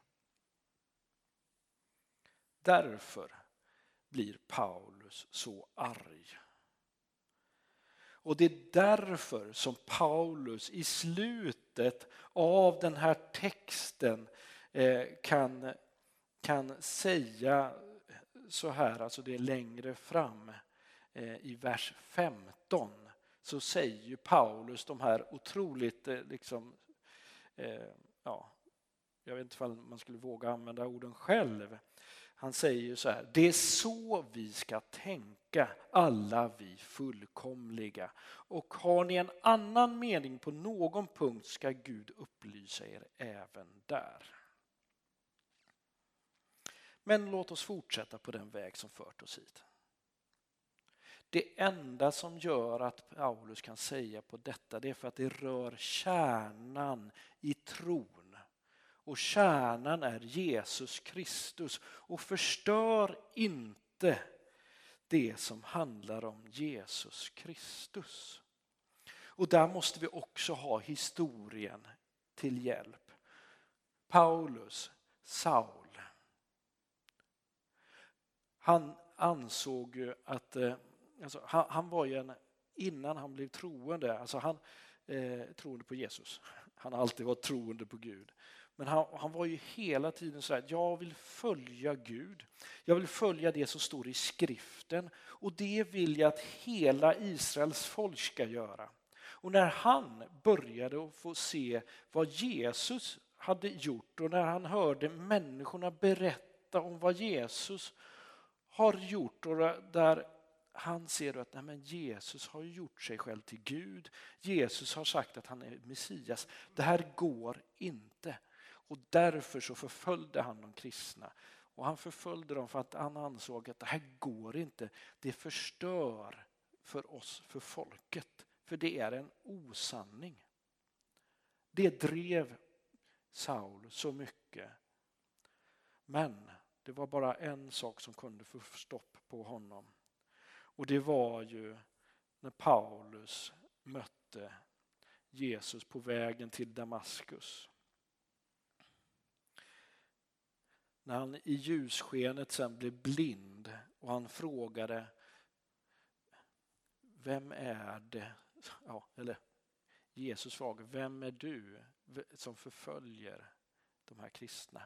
Därför blir Paulus så arg. Och det är därför som Paulus i slutet av den här texten kan, kan säga så här, alltså det är längre fram i vers femton, så säger ju Paulus de här otroligt liksom, ja, jag vet inte om man skulle våga använda orden själv. Han säger ju så här: det är så vi ska tänka, alla vi fullkomliga. Och har ni en annan mening på någon punkt ska Gud upplysa er även där. Men låt oss fortsätta på den väg som fört oss hit. Det enda som gör att Paulus kan säga på detta, det är för att det rör kärnan i tron. Och kärnan är Jesus Kristus. Och förstör inte det som handlar om Jesus Kristus. Och där måste vi också ha historien till hjälp. Paulus, Saul. Han ansåg ju att alltså, han, han var ju en, innan han blev troende, alltså han eh, troende på Jesus. Han har alltid varit troende på Gud. Men han, han var ju hela tiden så här: jag vill följa Gud. Jag vill följa det som står i skriften. Och det vill jag att hela Israels folk ska göra. Och när han började att få se vad Jesus hade gjort, och när han hörde människorna berätta om vad Jesus har gjort, och där han ser att nej, men Jesus har gjort sig själv till Gud. Jesus har sagt att han är Messias. Det här går inte. Och därför så förföljde han de kristna. Och han förföljde dem för att han ansåg att det här går inte. Det förstör för oss, för folket. För det är en osanning. Det drev Saul så mycket. Men det var bara en sak som kunde få stopp på honom. Och det var ju när Paulus mötte Jesus på vägen till Damaskus. När han i ljusskenet sen blev blind och han frågade: vem är det? Ja, eller Jesus frågade: vem är du som förföljer de här kristna?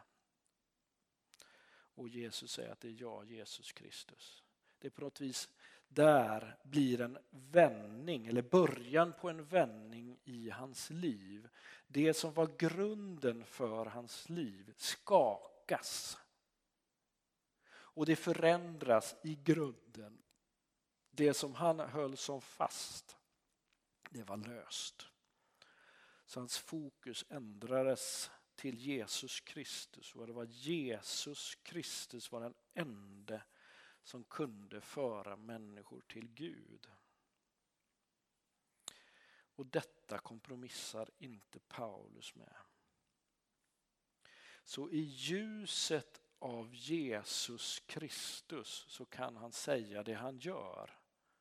Och Jesus säger att det är jag, Jesus Kristus. Det är på något vis där blir en vändning, eller början på en vändning i hans liv. Det som var grunden för hans liv skakas. Och det förändras i grunden. Det som han höll som fast, det var löst. Så hans fokus ändrades till Jesus Kristus. Och det var Jesus Kristus var den enda som kunde föra människor till Gud. Och detta kompromissar inte Paulus med. Så i ljuset av Jesus Kristus så kan han säga det han gör.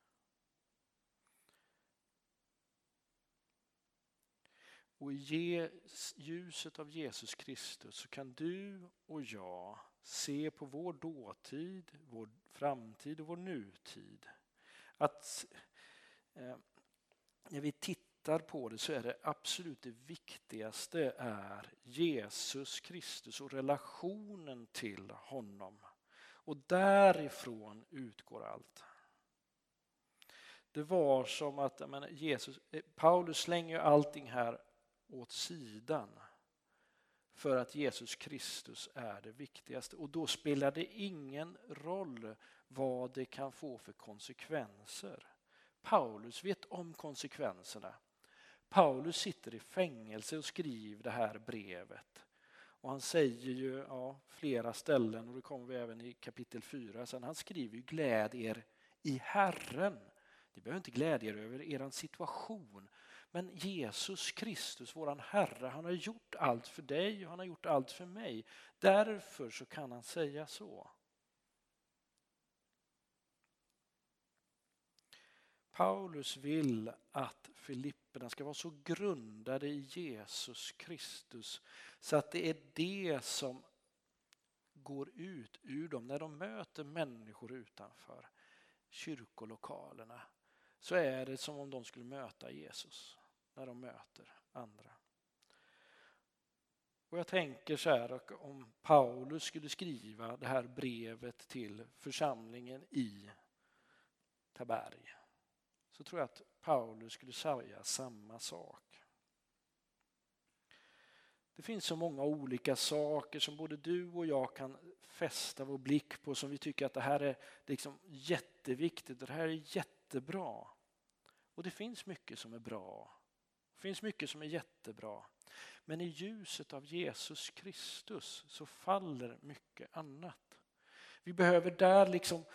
Och i ljuset av Jesus Kristus så kan du och jag se på vår dåtid, vår framtid och vår nutid. Att eh, när vi tittar tittar på det så är det absolut det viktigaste är Jesus Kristus och relationen till honom. Och därifrån utgår allt. Det var som att jag menar, Jesus, Paulus slänger allting här åt sidan för att Jesus Kristus är det viktigaste. Och då spelar det ingen roll vad det kan få för konsekvenser. Paulus vet om konsekvenserna. Paulus sitter i fängelse och skriver det här brevet. Och han säger ju ja, flera ställen, och det kommer vi även i kapitel fyra. Sen han skriver ju gläd er i Herren. Ni behöver inte glädja er över er situation. Men Jesus Kristus, våran Herre, han har gjort allt för dig och han har gjort allt för mig. Därför så kan han säga så. Paulus vill att Filipperna ska vara så grundade i Jesus Kristus så att det är det som går ut ur dem när de möter människor utanför kyrkolokalerna. Så är det som om de skulle möta Jesus när de möter andra. Och jag tänker så här, om Paulus skulle skriva det här brevet till församlingen i Taberg, så tror jag att Paulus skulle säga samma sak. Det finns så många olika saker som både du och jag kan fästa vår blick på, som vi tycker att det här är liksom jätteviktigt och det här är jättebra. Och det finns mycket som är bra. Det finns mycket som är jättebra. Men i ljuset av Jesus Kristus så faller mycket annat. Vi behöver där liksom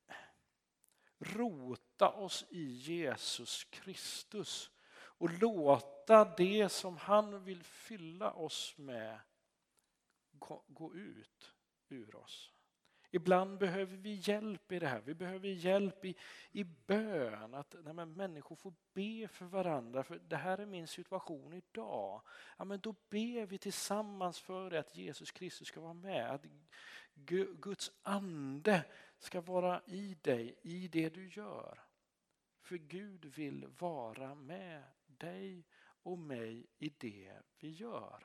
rota oss i Jesus Kristus och låta det som han vill fylla oss med gå ut ur oss. Ibland behöver vi hjälp i det här. Vi behöver hjälp i, i bön. Att nej, men människor får be för varandra. För det här är min situation idag. Ja, men då ber vi tillsammans för att Jesus Kristus ska vara med. Att Guds ande ska vara i dig, i det du gör. För Gud vill vara med dig och mig i det vi gör.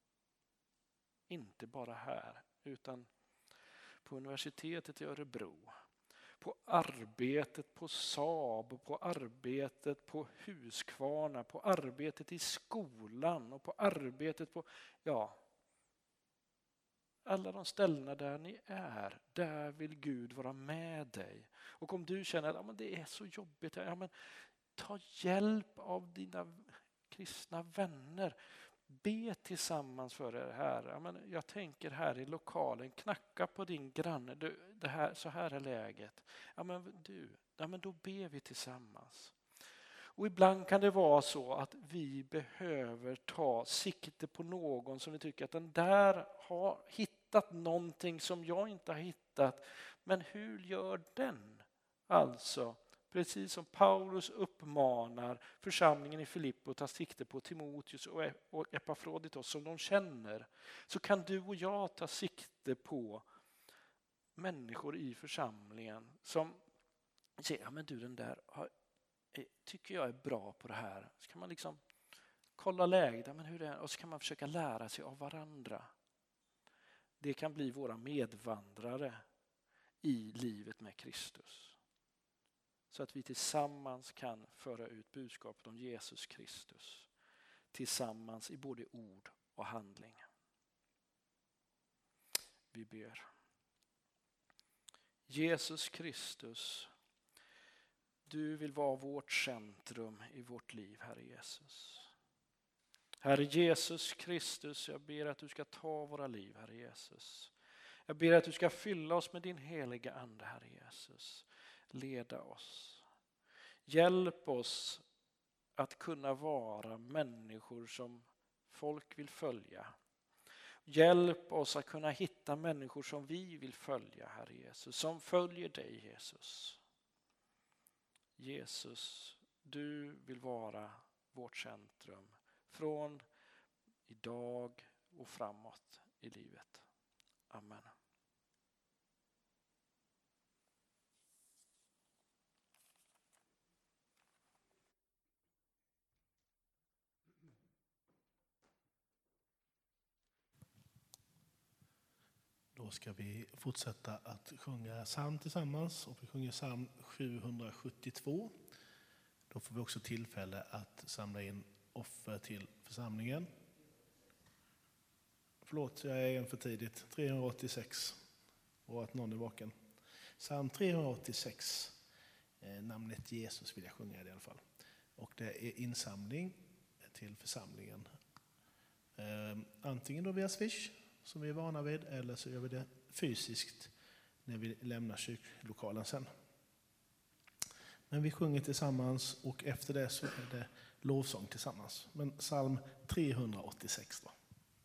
Inte bara här, utan på universitetet i Örebro, på arbetet på Saab, på arbetet på Huskvarna, på arbetet i skolan och på arbetet på, ja, alla de ställena där ni är, där vill Gud vara med dig. Och om du känner att ja, men det är så jobbigt, ja, men ta hjälp av dina kristna vänner. Be tillsammans för det här. Ja, men jag tänker här i lokalen, knacka på din granne. Du, det här, så här är läget. Ja, men du, ja, men då ber vi tillsammans. Och ibland kan det vara så att vi behöver ta sikte på någon som vi tycker att den där har hittat någonting som jag inte har hittat. Men hur gör den? Alltså, precis som Paulus uppmanar församlingen i Filippi att ta sikte på Timoteus och Epafroditos som de känner, så kan du och jag ta sikte på människor i församlingen som säger, ja men du den där har, tycker jag är bra på det här. Så kan man liksom kolla läget, men hur det är, och så kan man försöka lära sig av varandra. Det kan bli våra medvandrare i livet med Kristus. Så att vi tillsammans kan föra ut budskapet om Jesus Kristus. Tillsammans i både ord och handling. Vi ber. Jesus Kristus, du vill vara vårt centrum i vårt liv, Herre Jesus. Herre Jesus Kristus, jag ber att du ska ta våra liv, Herre Jesus. Jag ber att du ska fylla oss med din heliga ande, Herre Jesus. Leda oss. Hjälp oss att kunna vara människor som folk vill följa. Hjälp oss att kunna hitta människor som vi vill följa, Herre Jesus. Som följer dig, Jesus. Jesus, du vill vara vårt centrum från idag och framåt i livet. Amen. Då ska vi fortsätta att sjunga psalm tillsammans och vi sjunger psalm sjuhundrasjuttiotvå. Då får vi också tillfälle att samla in offer till församlingen. Förlåt, jag är en för tidigt. trehundraåttiosex. Och att någon är vaken. Psalm trehundraåttiosex. Eh, namnet Jesus vill jag sjunga i alla fall. Och det är insamling till församlingen. Eh, antingen då via Swish som vi är vana vid, eller så gör vi det fysiskt när vi lämnar kyrklokalen sen. Men vi sjunger tillsammans och efter det så är det lovsång tillsammans. Men psalm trehundraåttiosex då.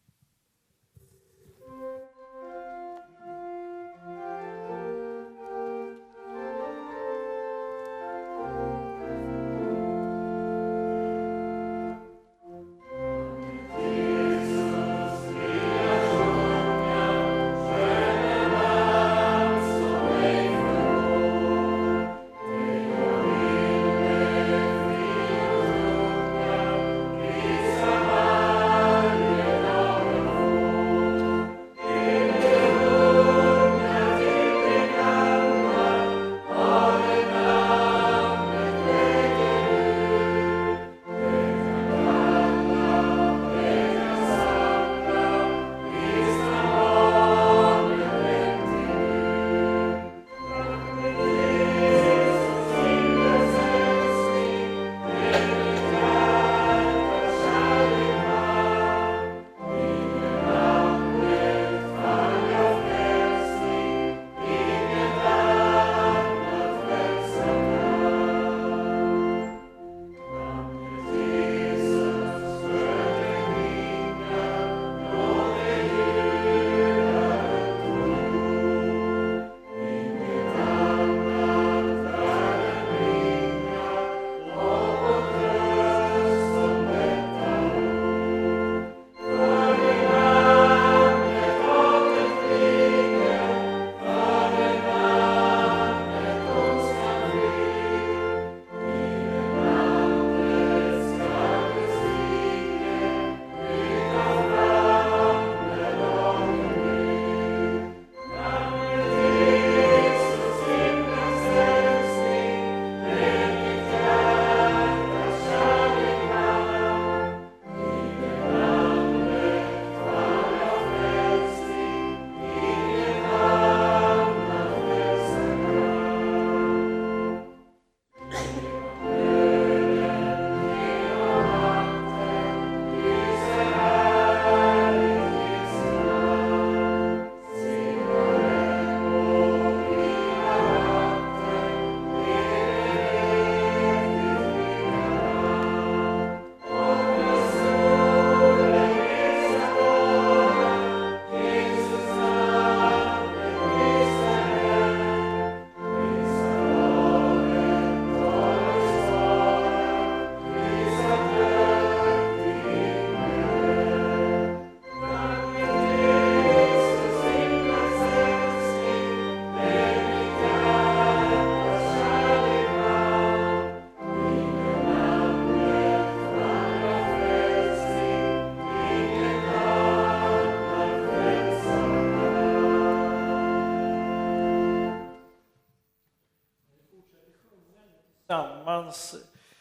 Tillsammans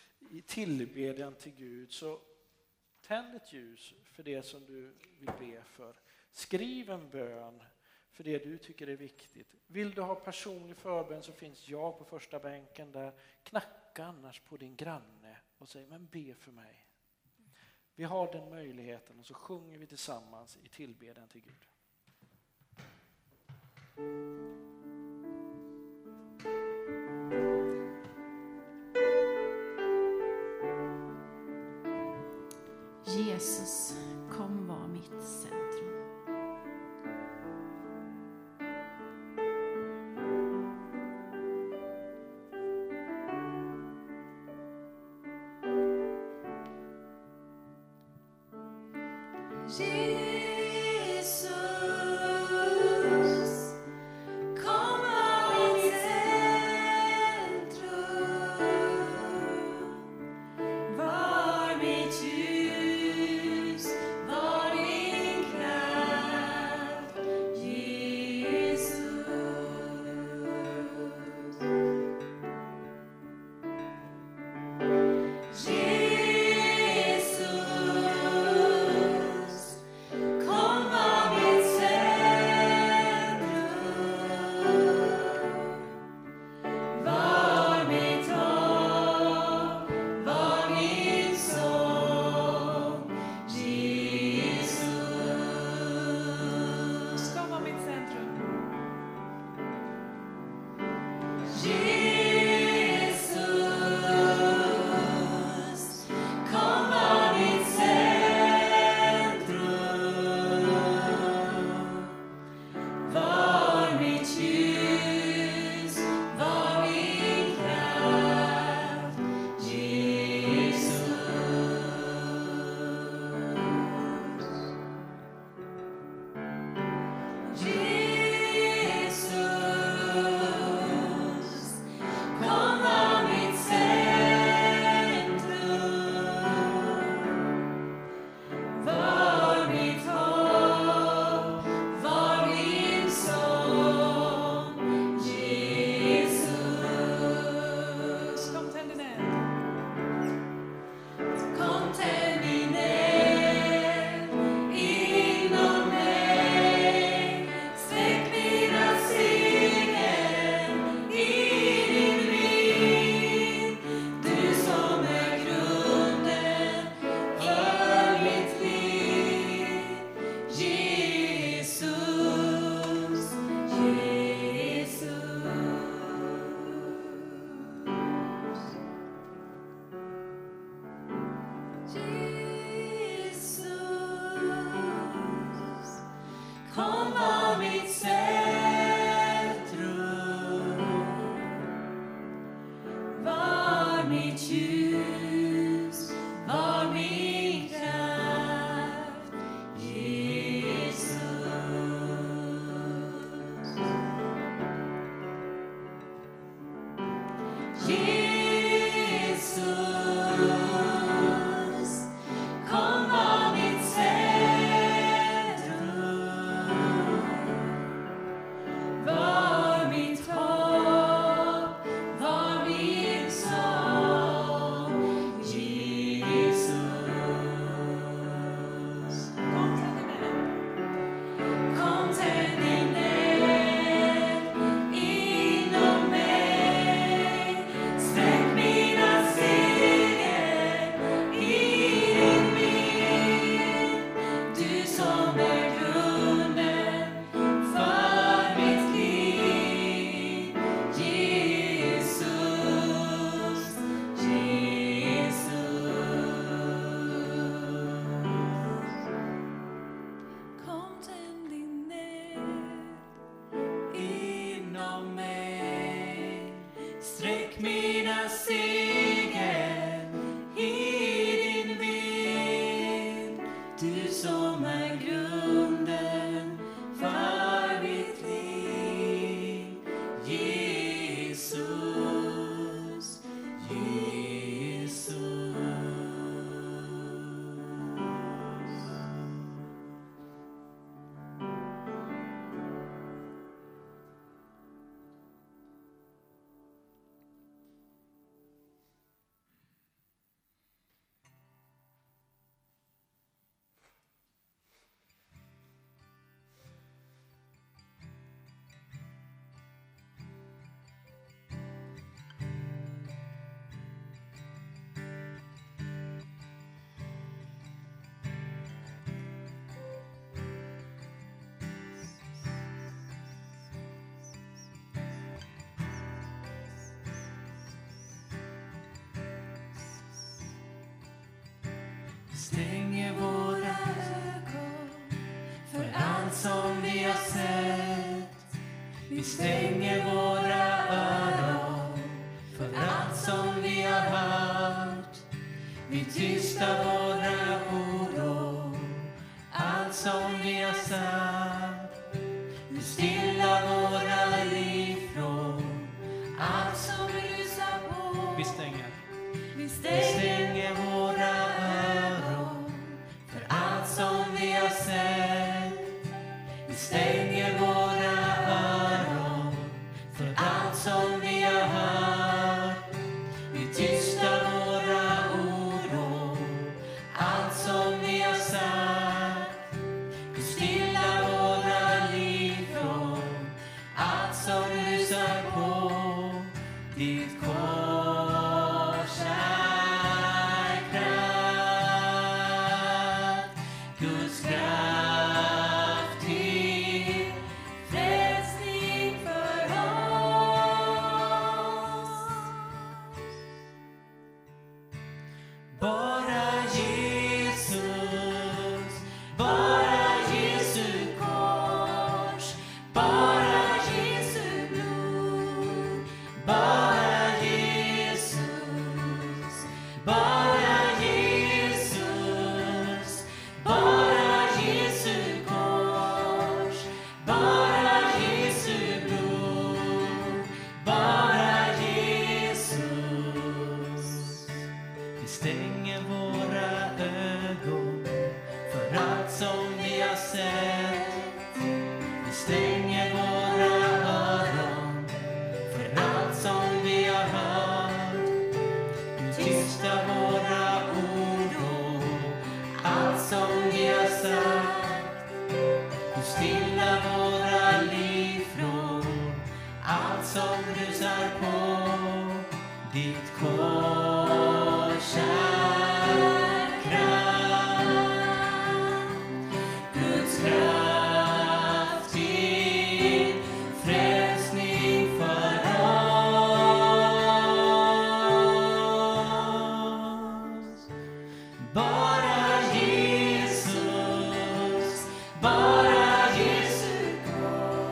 i tillbedjan till Gud, så tänd ett ljus för det som du vill be för. Skriv en bön för det du tycker är viktigt. Vill du ha personlig förbön så finns jag på första bänken där. Knacka annars på din granne och säg, men be för mig. Vi har den möjligheten och så sjunger vi tillsammans i tillbedjan till Gud. Jesus, kom var mitt centrum. Jesus, kom var mitt centrum. Var mitt ljus, var min kraft. mitt centrum, var mitt ljus, var min kraft, Jesus. Jesus, kom var mitt centrum, var mitt hopp, var min sång, Jesus. Kom tänd din eld inom mig, sträck mina stegen i din vind, du som är grunden för mitt liv, Jesus, Jesus. Kom tänd din eld inom mig, sträck mina stegen i din vind, du som är grunden för mitt liv, Jesus, Jesus. Stänger våra ögon för allt som vi har sett. Vi stänger våra öron för allt som vi har hört. Vi tystar våra oro, allt som vi har sagt. Vi stillar våra liv från allt som rusar på. Vi stänger. Vi stänger våra öron för allt som vi har sett. Vi stänger våra öron för allt som vi har hört. Vi tystar våra oro, allt som vi har sagt. Vi stillar våra liv från allt som rusar på. Ditt kors är kraft, Guds kraft till frälsning för oss. Bara Jesus, bara Jesu kors, bara Jesu blod, bara Jesus, bara Jesus, bara Jesu kors, bara Jesu blod, bara Jesus. Vi stänger våra ögon för allt som vi har sett. Vi stänger våra öron för allt som vi har hört. Vi tystar våra oro, allt som vi har sagt. Du stillar våra liv från allt som rusar på. Ditt kors är kraft, Guds kraft till frälsning för oss. Bara Jesus, bara Jesu kors.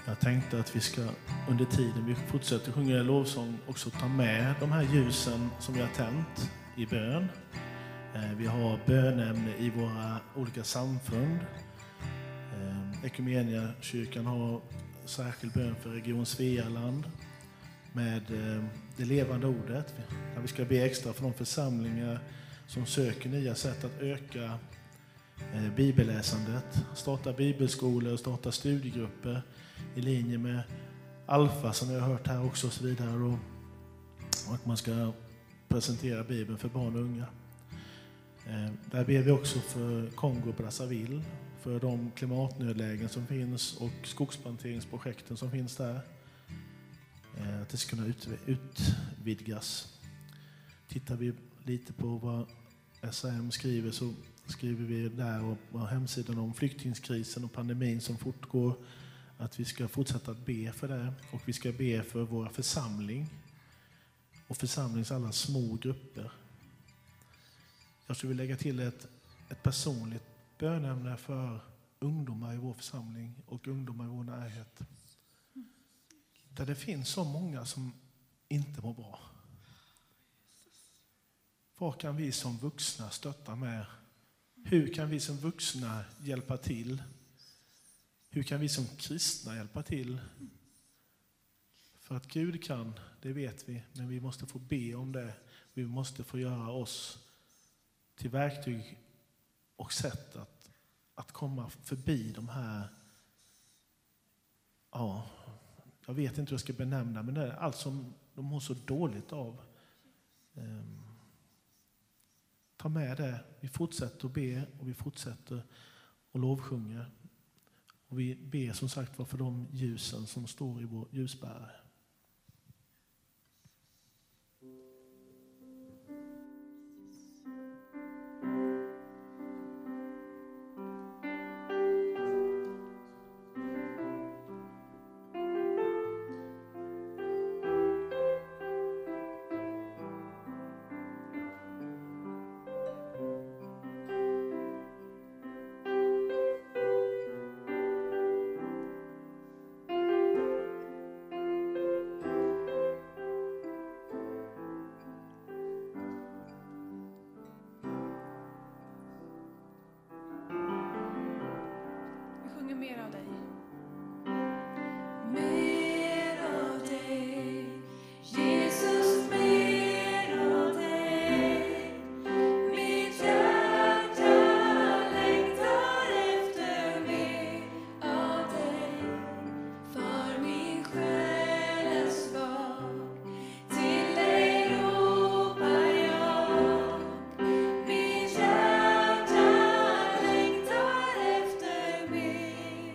Jag tänkte att vi ska under tiden vi fortsätter sjunga lovsång också ta med de här ljusen som vi har tänt i bön. Vi har bönämne i våra olika samfund. Ekumeniakyrkan har särskild bön för Region Svealand med det levande ordet. Där vi ska be extra för de församlingar som söker nya sätt att öka bibelläsandet, starta bibelskolor och starta studiegrupper i linje med Alfa som vi har hört här också och så vidare. Och att man ska presentera Bibeln för barn och unga. Där ber vi också för Kongo och Brazzaville, för de klimatnödlägen som finns och skogsplanteringsprojekten som finns där. Att det ska kunna utvidgas. Tittar vi lite på vad S A M skriver så skriver vi där på hemsidan om flyktingskrisen och pandemin som fortgår att vi ska fortsätta att be för det och vi ska be för våra församling och församlings alla små grupper. Jag skulle vilja lägga till ett, ett personligt bönämne för ungdomar i vår församling och ungdomar i vår närhet. Där det finns så många som inte mår bra. Vad kan vi som vuxna stötta med? Hur kan vi som vuxna hjälpa till? Hur kan vi som kristna hjälpa till? För att Gud kan, det vet vi, men vi måste få be om det. Vi måste få göra oss till verktyg och sätt att, att komma förbi de här, ja, jag vet inte hur jag ska benämna, men det är allt som de mår så dåligt av. Um, ta med det, vi fortsätter att be och vi fortsätter att lovsjunga. Och vi ber som sagt var för de ljusen som står i vår ljusbärare. Mer av dig. Mer av dig, Jesus, mer av dig. Mitt hjärta längtar efter mer av dig. För min själ är svag, till dig ropar jag. Mitt hjärta längtar efter mer.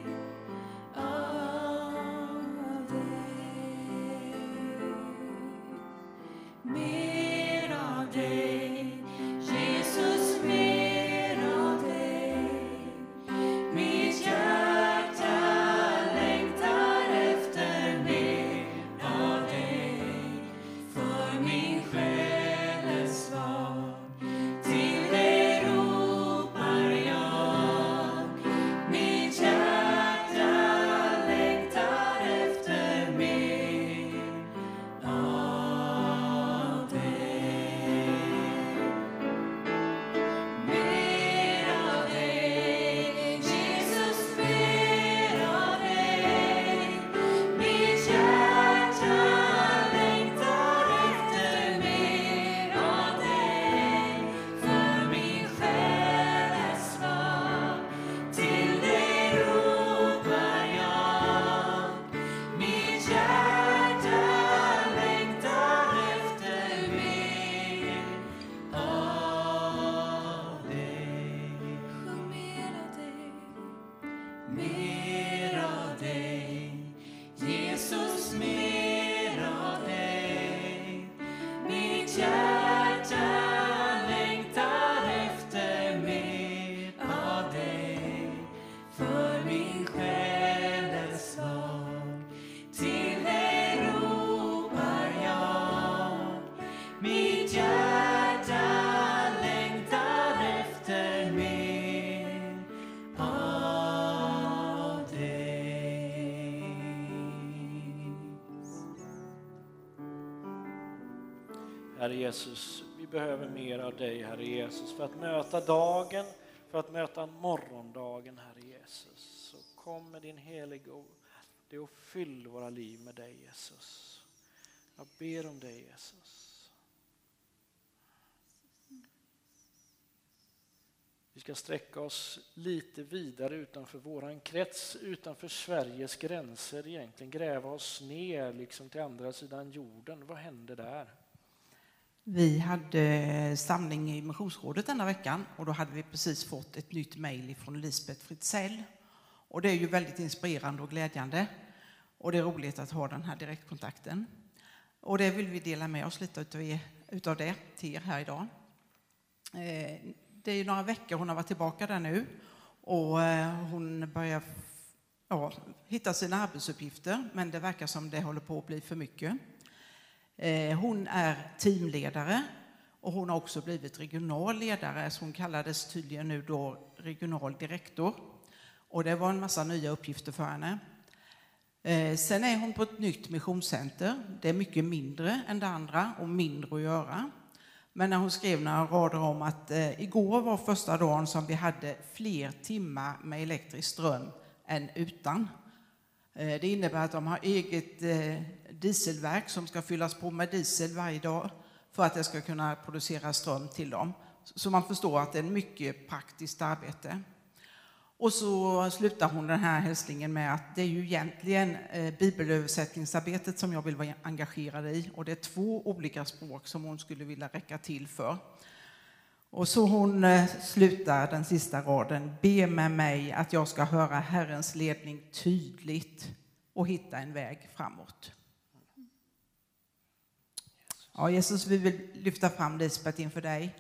Mer av dig, Jesus, mer av dig. Mitt hjärta längtar efter mer av dig. För min själ är svag, till dig ropar jag. Mitt hjärta längtar efter mer av dig. Mer av dig, Jesus, mer av dig. Mitt hjärta längtar efter mer av dig. För min själ är svag, till dig ropar jag. Mitt hjärta längtar efter mer av dig. Sjung mer av dig. Mer av dig, Jesus, mer av dig. Mitt hjärta längtar efter mer av dig. För min själ är svag, till dig ropar jag. Mitt hjärta längtar efter mer av dig. Herre Jesus, vi behöver mer av dig, Herre Jesus, för att möta dagen, för att möta morgondagen, Herre Jesus. Så kom med din heliga ande och fyll våra liv med dig, Jesus. Jag ber om dig, Jesus. Vi ska sträcka oss lite vidare utanför våran krets, utanför Sveriges gränser egentligen. Gräva oss ner liksom till andra sidan jorden. Vad händer där? Vi hade samling i Missionsrådet denna veckan och då hade vi precis fått ett nytt mejl från Lisbeth Fritzell. Och det är ju väldigt inspirerande och glädjande. Och det är roligt att ha den här direktkontakten. Och det vill vi dela med oss lite utav, er, utav det till er här idag. Eh, Det är ju några veckor hon har varit tillbaka där nu och hon börjar ja, hitta sina arbetsuppgifter, men det verkar som det håller på att bli för mycket. Hon är teamledare och hon har också blivit regional ledare, så hon kallades tydligen nu då regional direktor. Och det var en massa nya uppgifter för henne. Sen är hon på ett nytt missionscenter. Det är mycket mindre än det andra och mindre att göra. Men när hon skrev några rader om att eh, igår var första dagen som vi hade fler timmar med elektrisk ström än utan. Eh, det innebär att de har eget eh, dieselverk som ska fyllas på med diesel varje dag för att det ska kunna producera ström till dem. Så man förstår att det är ett mycket praktiskt arbete. Och så slutar hon den här hälsningen med att det är ju egentligen eh, bibelöversättningsarbetet som jag vill vara engagerad i. Och det är två olika språk som hon skulle vilja räcka till för. Och så hon eh, slutar den sista raden. Be med mig att jag ska höra Herrens ledning tydligt och hitta en väg framåt. Ja, Jesus, vi vill lyfta fram Lisbeth inför dig.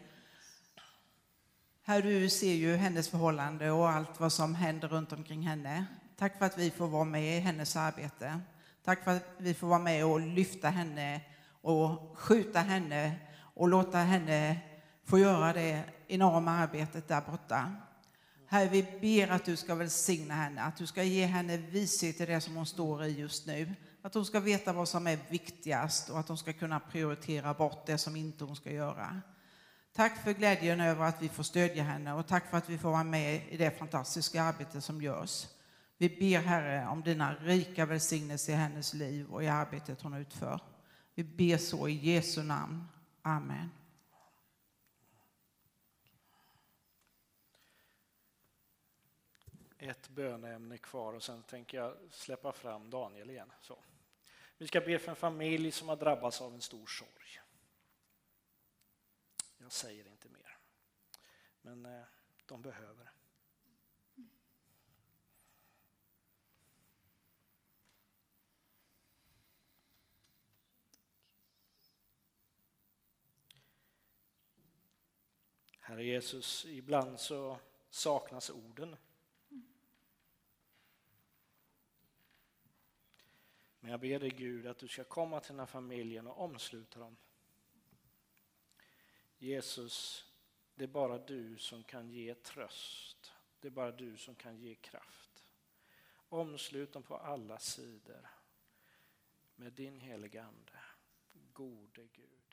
Här du ser ju hennes förhållande och allt vad som händer runt omkring henne. Tack för att vi får vara med i hennes arbete. Tack för att vi får vara med och lyfta henne och skjuta henne och låta henne få göra det enorma arbetet där borta. Här vi ber att du ska välsigna henne, att du ska ge henne vishet i det som hon står i just nu. Att hon ska veta vad som är viktigast och att hon ska kunna prioritera bort det som inte hon ska göra. Tack för glädjen över att vi får stödja henne och tack för att vi får vara med i det fantastiska arbete som görs. Vi ber, Herre, om dina rika välsignelser i hennes liv och i arbetet hon utför. Vi ber så i Jesu namn. Amen. Ett böneämne kvar och sen tänker jag släppa fram Daniel igen. Så. Vi ska be för en familj som har drabbats av en stor sorg. Jag säger inte mer, men eh, de behöver. Herre Jesus, ibland så saknas orden. Men jag ber dig Gud att du ska komma till den här familjen och omsluta dem. Jesus, det är bara du som kan ge tröst. Det är bara du som kan ge kraft. Omslut dem på alla sidor med din heliga ande. Gode Gud.